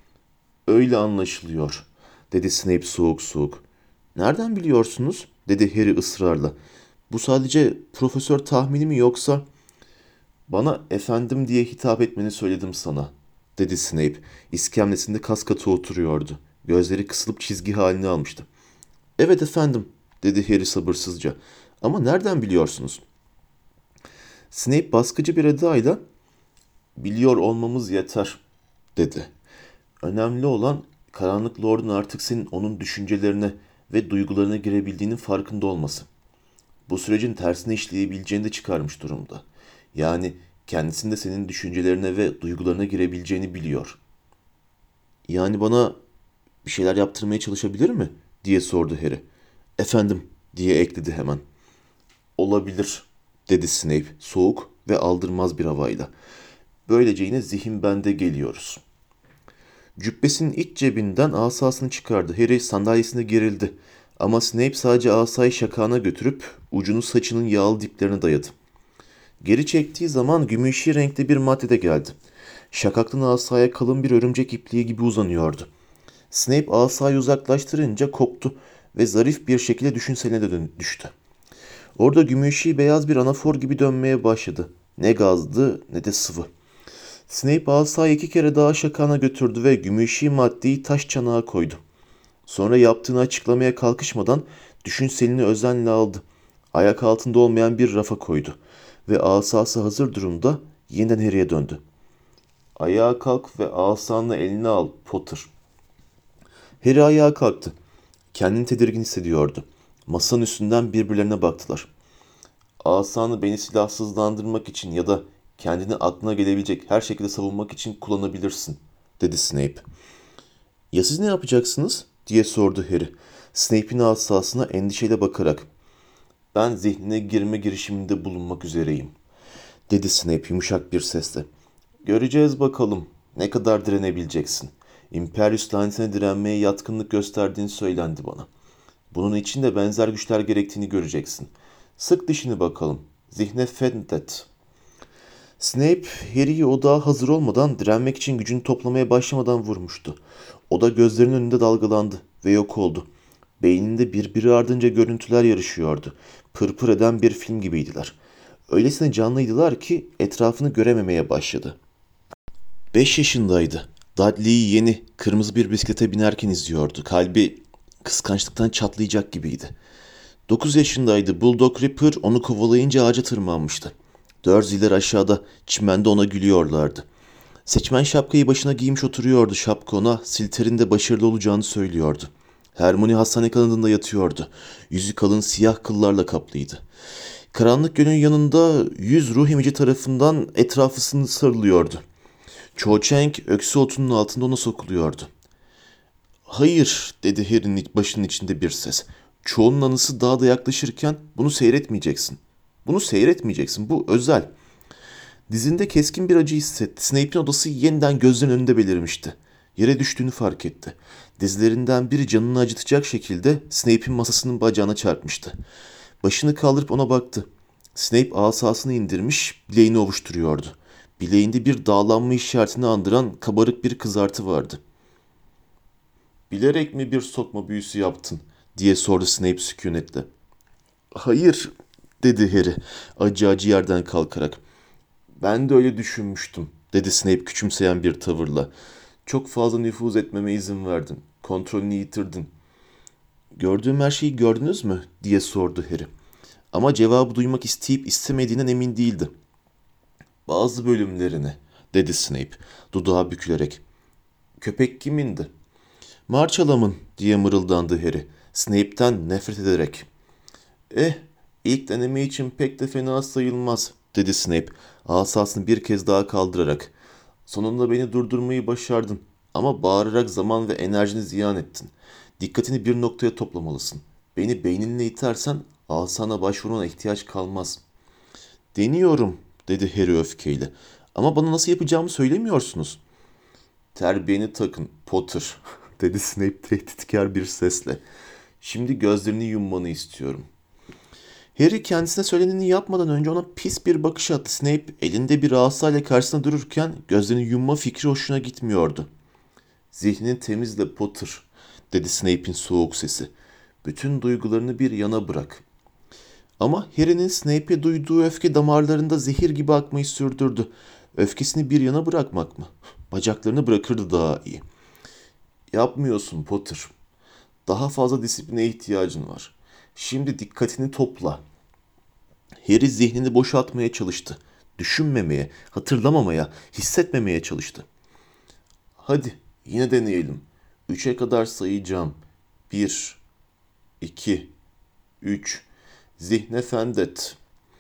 Öyle anlaşılıyor, dedi Snape soğuk soğuk. Nereden biliyorsunuz? Dedi Harry ısrarla. Bu sadece profesör tahmini mi yoksa... Bana efendim diye hitap etmeni söyledim sana, dedi Snape. İskemlesinde kas katı oturuyordu. Gözleri kısılıp çizgi halini almıştı. Evet efendim, dedi Harry sabırsızca. Ama nereden biliyorsunuz? Snape baskıcı bir edayla biliyor olmamız yeter, dedi. Önemli olan Karanlık Lord'un artık senin onun düşüncelerine ve duygularına girebildiğinin farkında olması. Bu sürecin tersine işleyebileceğini de çıkarmış durumda. Yani kendisinde senin düşüncelerine ve duygularına girebileceğini biliyor. Yani bana bir şeyler yaptırmaya çalışabilir mi? Diye sordu Harry. Efendim, diye ekledi hemen. Olabilir, dedi Snape soğuk ve aldırmaz bir havayla. Böylece yine zihin bende geliyoruz. Cübbesinin iç cebinden asasını çıkardı. Harry sandalyesine gerildi. Ama Snape sadece asayı şakağına götürüp ucunu saçının yağlı diplerine dayadı. Geri çektiği zaman gümüşi renkli bir madde de geldi. Şakaklı asaya kalın bir örümcek ipliği gibi uzanıyordu. Snape asayı uzaklaştırınca koptu ve zarif bir şekilde düşünseline düştü. Orada gümüşi beyaz bir anafor gibi dönmeye başladı. Ne gazdı ne de sıvı. Snape asayı 2 kere daha şakağına götürdü ve gümüşi maddeyi taş çanağa koydu. Sonra yaptığını açıklamaya kalkışmadan düşünselini özenle aldı. Ayak altında olmayan bir rafa koydu ve asası hazır durumda yeniden Harry'e döndü. Ayağa kalk ve asanı eline al Potter. Harry ayağa kalktı. Kendini tedirgin hissediyordu. Masanın üstünden birbirlerine baktılar. Asanı beni silahsızlandırmak için ya da kendini aklına gelebilecek her şekilde savunmak için kullanabilirsin, dedi Snape. Ya siz ne yapacaksınız? Diye sordu Harry. Snape'in asasına endişeyle bakarak. Ben zihnine girme girişiminde bulunmak üzereyim, dedi Snape yumuşak bir sesle. Göreceğiz bakalım ne kadar direnebileceksin. Imperius lanetine direnmeye yatkınlık gösterdiğini söylendi bana. Bunun için de benzer güçler gerektiğini göreceksin. Sık dişini bakalım. Zihne fethet. Snape, Harry'i odağa hazır olmadan direnmek için gücünü toplamaya başlamadan vurmuştu. Oda gözlerinin önünde dalgalandı ve yok oldu. Beyninde birbiri ardınca görüntüler yarışıyordu. Pırpır eden bir film gibiydiler. Öylesine canlıydılar ki etrafını görememeye başladı. 5 yaşındaydı. Dudley'i yeni kırmızı bir bisiklete binerken izliyordu. Kalbi kıskançlıktan çatlayacak gibiydi. 9 yaşındaydı. Bulldog Ripper onu kovalayınca ağaca tırmanmıştı. Dursley'ler aşağıda çimende ona gülüyorlardı. Seçmen şapkayı başına giymiş oturuyordu. Şapka ona Silter'in başarılı olacağını söylüyordu. Hermione hastane kanadında yatıyordu. Yüzü kalın siyah kıllarla kaplıydı. Karanlık gölün yanında 100 ruh emici tarafından etrafı sarılıyordu. Cho Chang öksü otunun altında ona sokuluyordu. "Hayır," dedi Harry'nin başının içinde bir ses. Cho'nun anısı daha da yaklaşırken "Bunu seyretmeyeceksin. Bunu seyretmeyeceksin. Bu özel." Dizinde keskin bir acı hissetti. Snape'in odası yeniden gözlerinin önünde belirmişti. Yere düştüğünü fark etti. Dizlerinden biri canını acıtacak şekilde Snape'in masasının bacağına çarpmıştı. Başını kaldırıp ona baktı. Snape asasını indirmiş, bileğini ovuşturuyordu. Bileğinde bir dağlanma işaretini andıran kabarık bir kızartı vardı. "Bilerek mi bir sokma büyüsü yaptın?" diye sordu Snape sükunetle. "Hayır," dedi Harry acı acı yerden kalkarak. "Ben de öyle düşünmüştüm," dedi Snape küçümseyen bir tavırla. "Çok fazla nüfuz etmeme izin verdin. Kontrolünü yitirdin." "Gördüğüm her şeyi gördünüz mü?" diye sordu Harry. Ama cevabı duymak isteyip istemediğinden emin değildi. "Bazı bölümlerini," dedi Snape dudağı bükülerek. "Köpek kimindi?" "Marçalam'ın," diye mırıldandı Harry Snape'ten nefret ederek. İlk deneme için pek de fena sayılmaz," dedi Snape asasını bir kez daha kaldırarak. "Sonunda beni durdurmayı başardın ama bağırarak zaman ve enerjini ziyan ettin. Dikkatini bir noktaya toplamalısın. Beni beyninle itersen asana başvurmana ihtiyaç kalmaz." "Deniyorum," dedi Harry öfkeyle. "Ama bana nasıl yapacağımı söylemiyorsunuz." "Terbiyeni takın Potter," dedi Snape tehditkar bir sesle. "Şimdi gözlerini yummanı istiyorum." Harry kendisine söyleneni yapmadan önce ona pis bir bakış attı. Snape elinde bir asayla karşısında dururken gözlerini yumma fikri hoşuna gitmiyordu. "Zihnini temizle Potter," dedi Snape'in soğuk sesi. "Bütün duygularını bir yana bırak." Ama Harry'nin Snape'e duyduğu öfke damarlarında zehir gibi akmayı sürdürdü. Öfkesini bir yana bırakmak mı? Bacaklarını bırakırdı daha iyi. "Yapmıyorsun Potter. Daha fazla disipline ihtiyacın var. Şimdi dikkatini topla." Harry zihnini boşaltmaya çalıştı. Düşünmemeye, hatırlamamaya, hissetmemeye çalıştı. "Hadi yine deneyelim. 3'e kadar sayacağım. 1, 2, 3. Zihne fendet."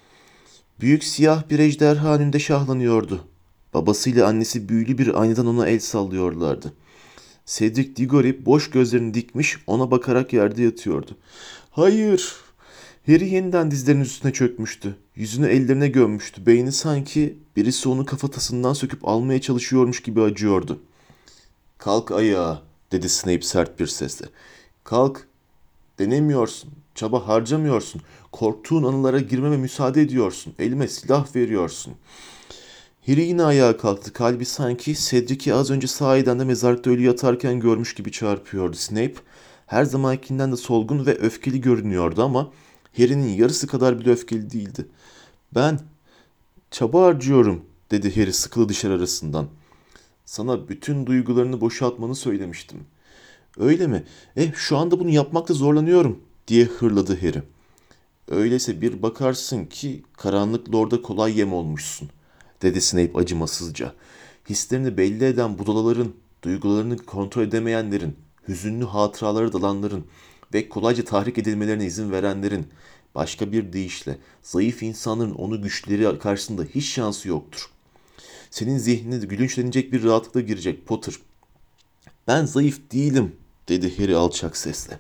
Büyük siyah bir ejderha önünde şahlanıyordu. Babasıyla annesi büyülü bir aynadan ona el sallıyorlardı. Cedric Diggory boş gözlerini dikmiş ona bakarak yerde yatıyordu. "Hayır!" Harry yeniden dizlerinin üstüne çökmüştü. Yüzünü ellerine gömmüştü. Beyni sanki birisi onu kafatasından söküp almaya çalışıyormuş gibi acıyordu. "Kalk ayağa," dedi Snape sert bir sesle. "Kalk. Denemiyorsun. Çaba harcamıyorsun. Korktuğun anılara girmeme müsaade ediyorsun. Elime silah veriyorsun." Harry yine ayağa kalktı. Kalbi sanki Cedric'i az önce sahiden de mezarlıkta ölü yatarken görmüş gibi çarpıyordu. Snape her zamankinden de solgun ve öfkeli görünüyordu ama Harry'nin yarısı kadar bile öfkeli değildi. "Ben çaba harcıyorum," dedi Harry sıkılı dişler arasından. "Sana bütün duygularını boşaltmanı söylemiştim." "Öyle mi? Şu anda bunu yapmakta zorlanıyorum," diye hırladı Harry. "Öyleyse bir bakarsın ki karanlık lorda kolay yem olmuşsun," dedi Snape acımasızca. "Hislerini belli eden budalaların, duygularını kontrol edemeyenlerin, hüzünlü hatıralara dalanların ve kolayca tahrik edilmelerine izin verenlerin, başka bir deyişle zayıf insanların onu güçleri karşısında hiç şansı yoktur. Senin zihnine gülünçlenecek bir rahatlıkla girecek Potter." "Ben zayıf değilim," dedi Harry alçak sesle.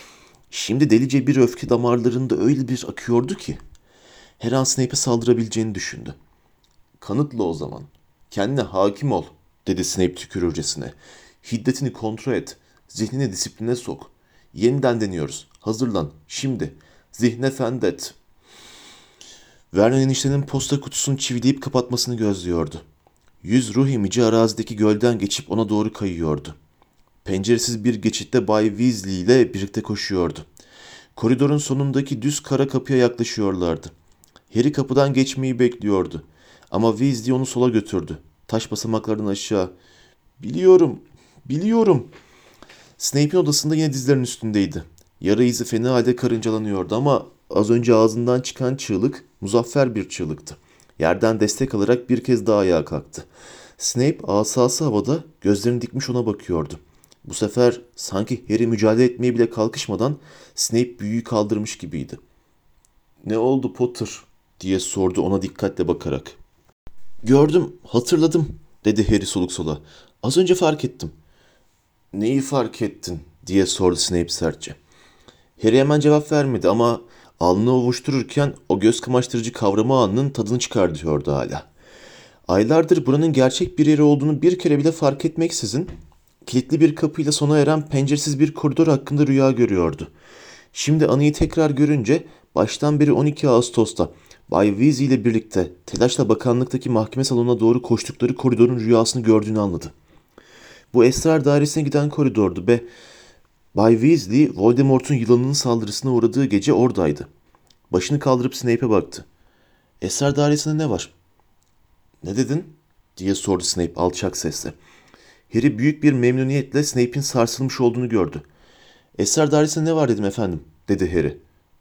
Şimdi delice bir öfke damarlarında öyle bir akıyordu ki her an Snape'e saldırabileceğini düşündü. "Kanıtla o zaman. Kendine hakim ol," dedi Snape tükürürcesine. "Hiddetini kontrol et. Zihnine disipline sok. Yeniden deniyoruz. Hazırlan. Şimdi. Zihne fendet." Vernon eniştenin posta kutusunu çivileyip kapatmasını gözlüyordu. 100 ruh emici arazideki gölden geçip ona doğru kayıyordu. Penceresiz bir geçitte Bay Weasley ile birlikte koşuyordu. Koridorun sonundaki düz kara kapıya yaklaşıyorlardı. Harry kapıdan geçmeyi bekliyordu. Ama Weasley onu sola götürdü. Taş basamaklardan aşağı. Biliyorum, biliyorum. Snape'in odasında yine dizlerinin üstündeydi. Yara izi fena halde karıncalanıyordu ama az önce ağzından çıkan çığlık muzaffer bir çığlıktı. Yerden destek alarak bir kez daha ayağa kalktı. Snape asası havada gözlerini dikmiş ona bakıyordu. Bu sefer sanki Harry mücadele etmeye bile kalkışmadan Snape büyüyü kaldırmış gibiydi. "Ne oldu Potter?" diye sordu ona dikkatle bakarak. "Gördüm, hatırladım," dedi Harry soluk sola. "Az önce fark ettim." "Neyi fark ettin?" diye sordu Snape sertçe. Harry hemen cevap vermedi ama alnını ovuştururken o göz kamaştırıcı kavrama anının tadını çıkartıyordu hala. Aylardır buranın gerçek bir yeri olduğunu bir kere bile fark etmeksizin kilitli bir kapıyla sona eren penceresiz bir koridor hakkında rüya görüyordu. Şimdi anıyı tekrar görünce baştan beri 12 Ağustos'ta Bay Weasley ile birlikte telaşla bakanlıktaki mahkeme salonuna doğru koştukları koridorun rüyasını gördüğünü anladı. Bu esrar dairesine giden koridordu ve Bay Weasley, Voldemort'un yılanının saldırısına uğradığı gece oradaydı. Başını kaldırıp Snape'e baktı. "Esrar dairesinde ne var?" "Ne dedin?" diye sordu Snape alçak sesle. Harry büyük bir memnuniyetle Snape'in sarsılmış olduğunu gördü. "Esrar dairesinde ne var dedim efendim," dedi Harry.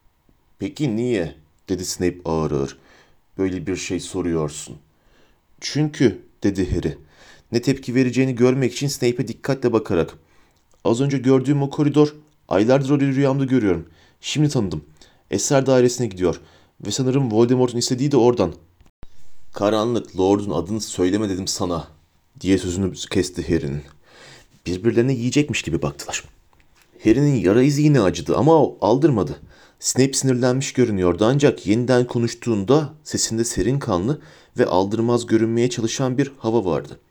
"Peki niye?" dedi Snape ağır ağır. "Böyle bir şey soruyorsun." "Çünkü," dedi Harry. Ne tepki vereceğini görmek için Snape'e dikkatle bakarak. "Az önce gördüğüm o koridor, aylardır orayı rüyamda görüyorum. Şimdi tanıdım. Esrar dairesine gidiyor ve sanırım Voldemort'un istediği de oradan." "Karanlık Lord'un adını söyleme dedim sana," diye sözünü kesti Harry'nin. Birbirlerine yiyecekmiş gibi baktılar. Harry'nin yara izi yine acıdı ama o aldırmadı. Snape sinirlenmiş görünüyordu ancak yeniden konuştuğunda sesinde serin kanlı ve aldırmaz görünmeye çalışan bir hava vardı.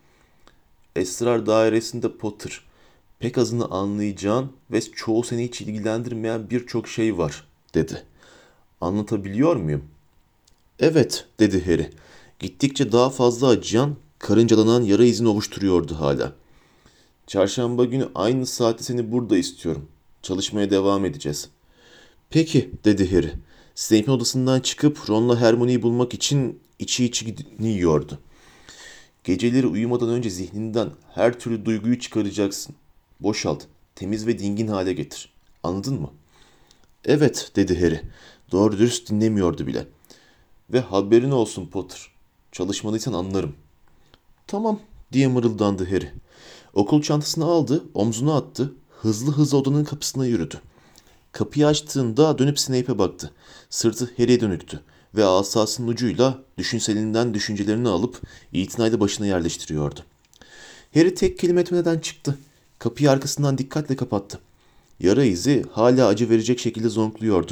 "Esrar dairesinde Potter, pek azını anlayacağın ve çoğu seni hiç ilgilendirmeyen birçok şey var," dedi. "Anlatabiliyor muyum?" "Evet," dedi Harry. Gittikçe daha fazla acıyan, karıncalanan yara izini ovuşturuyordu hala. "Çarşamba günü aynı saatte seni burada istiyorum. Çalışmaya devam edeceğiz." "Peki," dedi Harry. Snape'in odasından çıkıp Ron'la Hermione'yi bulmak için içini yiyordu. "Geceleri uyumadan önce zihninden her türlü duyguyu çıkaracaksın. Boşalt, temiz ve dingin hale getir. Anladın mı?" "Evet," dedi Harry. Doğru dürüst dinlemiyordu bile. "Ve haberin olsun Potter. Çalışmalıysan anlarım." "Tamam," diye mırıldandı Harry. Okul çantasını aldı, omzuna attı, hızlı hızlı odanın kapısına yürüdü. Kapıyı açtığında dönüp Snape'e baktı. Sırtı Harry'e dönüktü ve asasının ucuyla düşünselinden düşüncelerini alıp itinayla başına yerleştiriyordu. Harry tek kelime etmeden çıktı. Kapıyı arkasından dikkatle kapattı. Yara izi hala acı verecek şekilde zonkluyordu.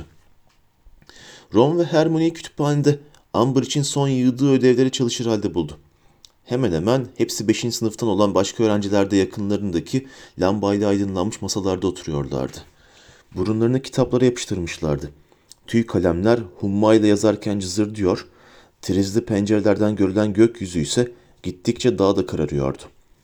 Ron ve Hermione kütüphanede Amber için son yığdığı ödevlere çalışır halde buldu. Hemen hemen hepsi 5. sınıftan olan başka öğrenciler de yakınlarındaki lambayla aydınlanmış masalarda oturuyorlardı. Burunlarını kitaplara yapıştırmışlardı. Tüy kalemler hummayla yazarken cızırdıyor, trizli pencerelerden görülen gökyüzü ise gittikçe daha da kararıyordu.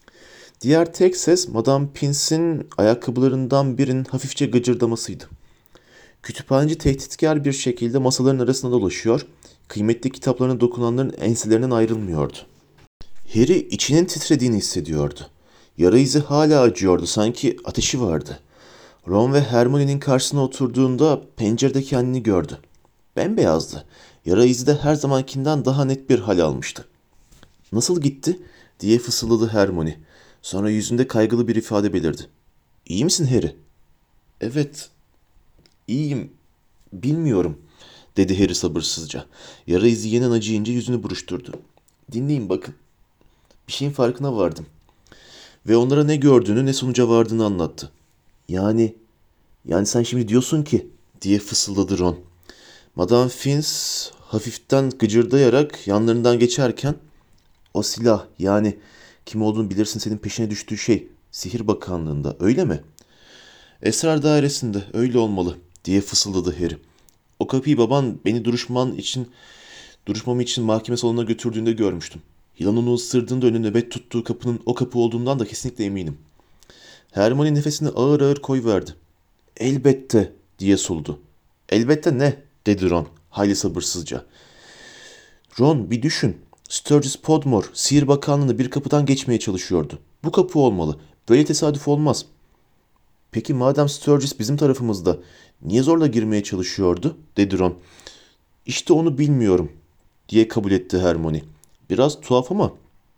Diğer tek ses Madame Pince'in ayakkabılarından birinin hafifçe gıcırdamasıydı. Kütüphaneci tehditkar bir şekilde masaların arasında dolaşıyor, kıymetli kitaplarına dokunanların enselerinden ayrılmıyordu. Harry içinin titrediğini hissediyordu. Yara izi hala acıyordu, sanki ateşi vardı. Ron ve Hermione'nin karşısına oturduğunda pencerede kendini gördü. Bembeyazdı. Yara izi de her zamankinden daha net bir hal almıştı. "Nasıl gitti?" diye fısıldadı Hermione. Sonra yüzünde kaygılı bir ifade belirdi. "İyi misin Harry?" "Evet, iyiyim. Bilmiyorum," dedi Harry sabırsızca. Yara izi yeniden acıyınca yüzünü buruşturdu. "Dinleyin bakın. Bir şeyin farkına vardım." Ve onlara ne gördüğünü ne sonuca vardığını anlattı. Yani sen şimdi diyorsun ki," diye fısıldadı Ron. Madame Finch hafiften gıcırdayarak yanlarından geçerken, "O silah, yani kim olduğunu bilirsin, senin peşine düştüğü şey Sihir Bakanlığı'nda, öyle mi?" "Esrar dairesinde, öyle olmalı," diye fısıldadı Harry. "O kapıyı baban beni duruşmam için mahkeme salonuna götürdüğünde görmüştüm. Yılan onu ısırdığında önüne nöbet tuttuğu kapının o kapı olduğundan da kesinlikle eminim." Hermione nefesini ağır ağır koyverdi. "Elbette," diye soludu. "Elbette ne?" dedi Ron hayli sabırsızca. Ron bir düşün. Sturgis Podmore, Sihir Bakanlığı'nda bir kapıdan geçmeye çalışıyordu. Bu kapı olmalı. Böyle tesadüf olmaz. Peki madem Sturgis bizim tarafımızda, niye zorla girmeye çalışıyordu? Dedi Ron. İşte onu bilmiyorum, diye kabul etti Hermione. Biraz tuhaf ama.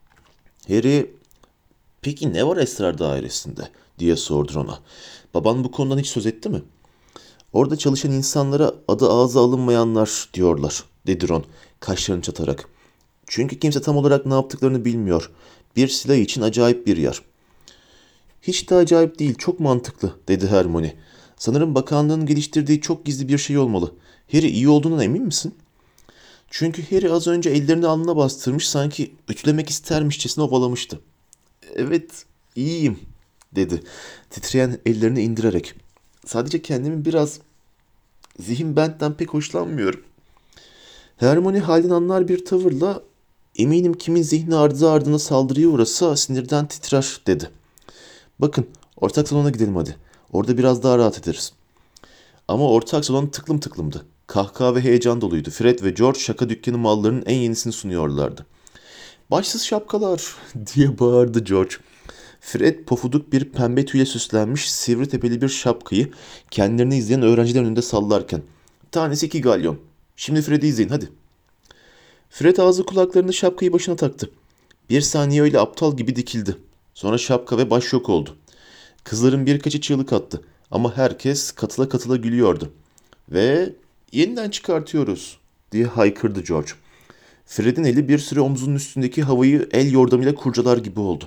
Harry, peki ne var Esrar Dairesi'nde? Diye sordu Ron'a. Baban bu konudan hiç söz etti mi? Orada çalışan insanlara adı ağza alınmayanlar diyorlar, dedi Ron, kaşlarını çatarak. Çünkü kimse tam olarak ne yaptıklarını bilmiyor. Bir silah için acayip bir yer. Hiç de acayip değil, çok mantıklı, dedi Hermione. Sanırım bakanlığın geliştirdiği çok gizli bir şey olmalı. Harry, iyi olduğundan emin misin? Çünkü Harry az önce ellerini alnına bastırmış, sanki ütülemek istermişçesine ovalamıştı. Evet, iyiyim, dedi, titreyen ellerini indirerek. Sadece kendimi biraz zihin benden pek hoşlanmıyorum. Hermione halden anlar bir tavırla, eminim kimin zihni ardı ardına saldırıya uğrasa sinirden titrer, dedi. Bakın, ortak salona gidelim hadi. Orada biraz daha rahat ederiz. Ama ortak salon tıklım tıklımdı. Kahkaha ve heyecan doluydu. Fred ve George şaka dükkanı mallarının en yenisini sunuyorlardı. Başsız şapkalar diye bağırdı George. Fred pofuduk bir pembe tüyle süslenmiş sivri tepeli bir şapkayı kendilerini izleyen öğrencilerin önünde sallarken. Tanesi 2 galyon. Şimdi Fred'i izleyin hadi. Fred ağzı kulaklarını şapkayı başına taktı. Bir saniye öyle aptal gibi dikildi. Sonra şapka ve baş yok oldu. Kızların birkaçı çığlık attı ama herkes katıla katıla gülüyordu. Ve yeniden çıkartıyoruz diye haykırdı George. Fred'in eli bir süre omzunun üstündeki havayı el yordamıyla kurcalar gibi oldu.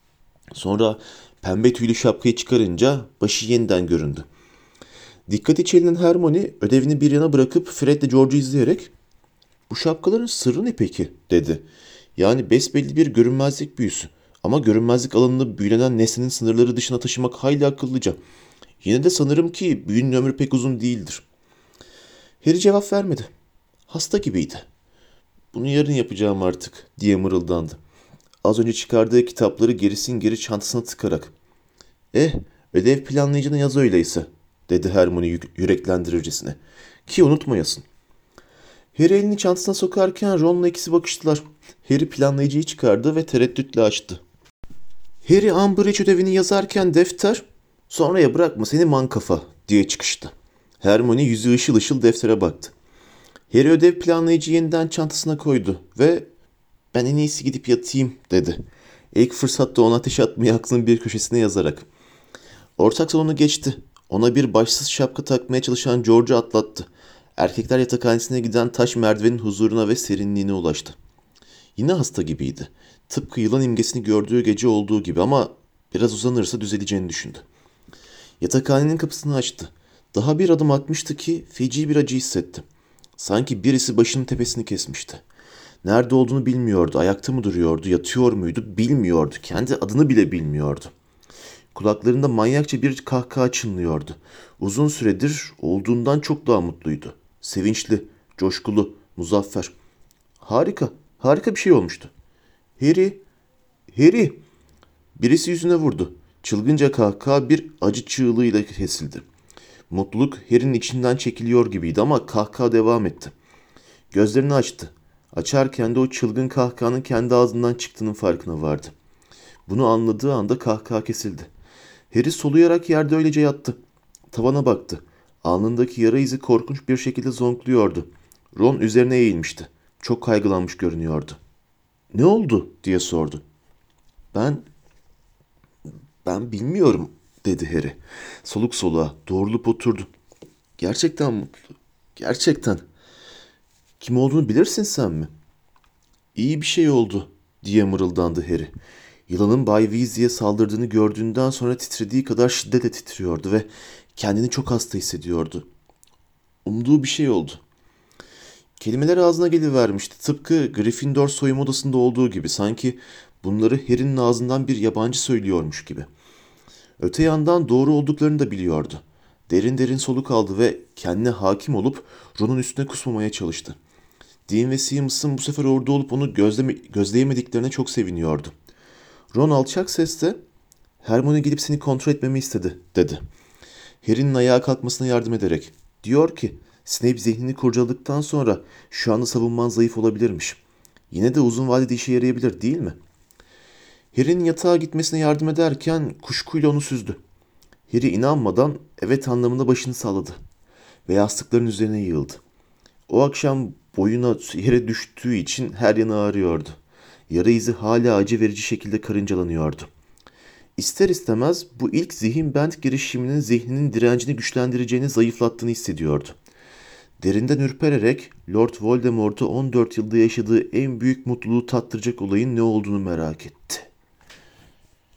Sonra pembe tüylü şapkayı çıkarınca başı yeniden göründü. Dikkati çelen Hermione ödevini bir yana bırakıp Fred'le George'u izleyerek "Bu şapkaların sırrı ne peki?" dedi. Yani besbelli bir görünmezlik büyüsü. Ama görünmezlik alanını büyülenen nesnenin sınırları dışına taşımak hayli akıllıca. Yine de sanırım ki büyünün ömrü pek uzun değildir. Harry cevap vermedi. Hasta gibiydi. "Bunu yarın yapacağım artık," diye mırıldandı. Az önce çıkardığı kitapları gerisin geri çantasına tıkarak. Ödev planlayıcına yaz öyleyse," dedi Hermione yüreklendirircesine. "Ki unutmayasın." Harry elini çantasına sokarken Ron'la ikisi bakıştılar. Harry planlayıcıyı çıkardı ve tereddütle açtı. Harry Umbridge ödevini yazarken defter, "Sonraya bırakma seni mankafa," diye çıkıştı. Hermione yüzü ışıl ışıl deftere baktı. Harry ödev planlayıcıyı yeniden çantasına koydu ve "Ben en iyisi gidip yatayım," dedi. İlk fırsatta ona ateş atmayı aklının bir köşesine yazarak. Ortak salonu geçti. Ona bir başsız şapka takmaya çalışan George'u atlattı. Erkekler yatakhanesine giden taş merdivenin huzuruna ve serinliğine ulaştı. Yine hasta gibiydi. Tıpkı yılan imgesini gördüğü gece olduğu gibi ama biraz uzanırsa düzeleceğini düşündü. Yatakhanenin kapısını açtı. Daha bir adım atmıştı ki feci bir acı hissetti. Sanki birisi başının tepesini kesmişti. Nerede olduğunu bilmiyordu. Ayakta mı duruyordu, yatıyor muydu bilmiyordu. Kendi adını bile bilmiyordu. Kulaklarında manyakça bir kahkaha çınlıyordu. Uzun süredir olduğundan çok daha mutluydu. Sevinçli, coşkulu, muzaffer. Harika, harika bir şey olmuştu. "Harry, Harry!" Birisi yüzüne vurdu. Çılgınca kahkaha bir acı çığlığıyla kesildi. Mutluluk Harry'nin içinden çekiliyor gibiydi ama kahkaha devam etti. Gözlerini açtı. Açarken de o çılgın kahkahanın kendi ağzından çıktığının farkına vardı. Bunu anladığı anda kahkaha kesildi. Harry soluyarak yerde öylece yattı. Tavana baktı. Alnındaki yara izi korkunç bir şekilde zonkluyordu. Ron üzerine eğilmişti. Çok kaygılanmış görünüyordu. "Ne oldu?" diye sordu. Ben bilmiyorum," dedi Harry. Soluk soluğa doğrulup oturdu. "Gerçekten mutlu. Gerçekten. Kim olduğunu bilirsin sen mi?" "İyi bir şey oldu," diye mırıldandı Harry. Yılanın Bay Weasley'e saldırdığını gördüğünden sonra titrediği kadar şiddetle titriyordu ve kendini çok hasta hissediyordu. Umduğu bir şey oldu. Kelimeler ağzına gelivermişti. Tıpkı Gryffindor soyunma odasında olduğu gibi. Sanki bunları Harry'nin ağzından bir yabancı söylüyormuş gibi. Öte yandan doğru olduklarını da biliyordu. Derin derin soluk aldı ve kendine hakim olup Ron'un üstüne kusmamaya çalıştı. Dean ve Seamus'un bu sefer orada olup onu gözleyemediklerine çok seviniyordu. Ron alçak sesle, "Hermione gidip seni kontrol etmemi istedi," dedi. Harry'nin ayağa kalkmasına yardım ederek. "Diyor ki, Snape zihnini kurcaladıktan sonra şu anda savunman zayıf olabilirmiş. Yine de uzun vadede işe yarayabilir değil mi? Harry'nin yatağa gitmesine yardım ederken kuşkuyla onu süzdü. Harry inanmadan evet anlamında başını salladı ve yastıkların üzerine yığıldı. O akşam boyuna yere düştüğü için her yanı ağrıyordu. Yara izi hala acı verici şekilde karıncalanıyordu. İster istemez bu ilk zihin bent girişiminin zihninin direncini güçlendireceğini zayıflattığını hissediyordu. Derinden ürpererek Lord Voldemort'a 14 yılda yaşadığı en büyük mutluluğu tattıracak olayın ne olduğunu merak etti.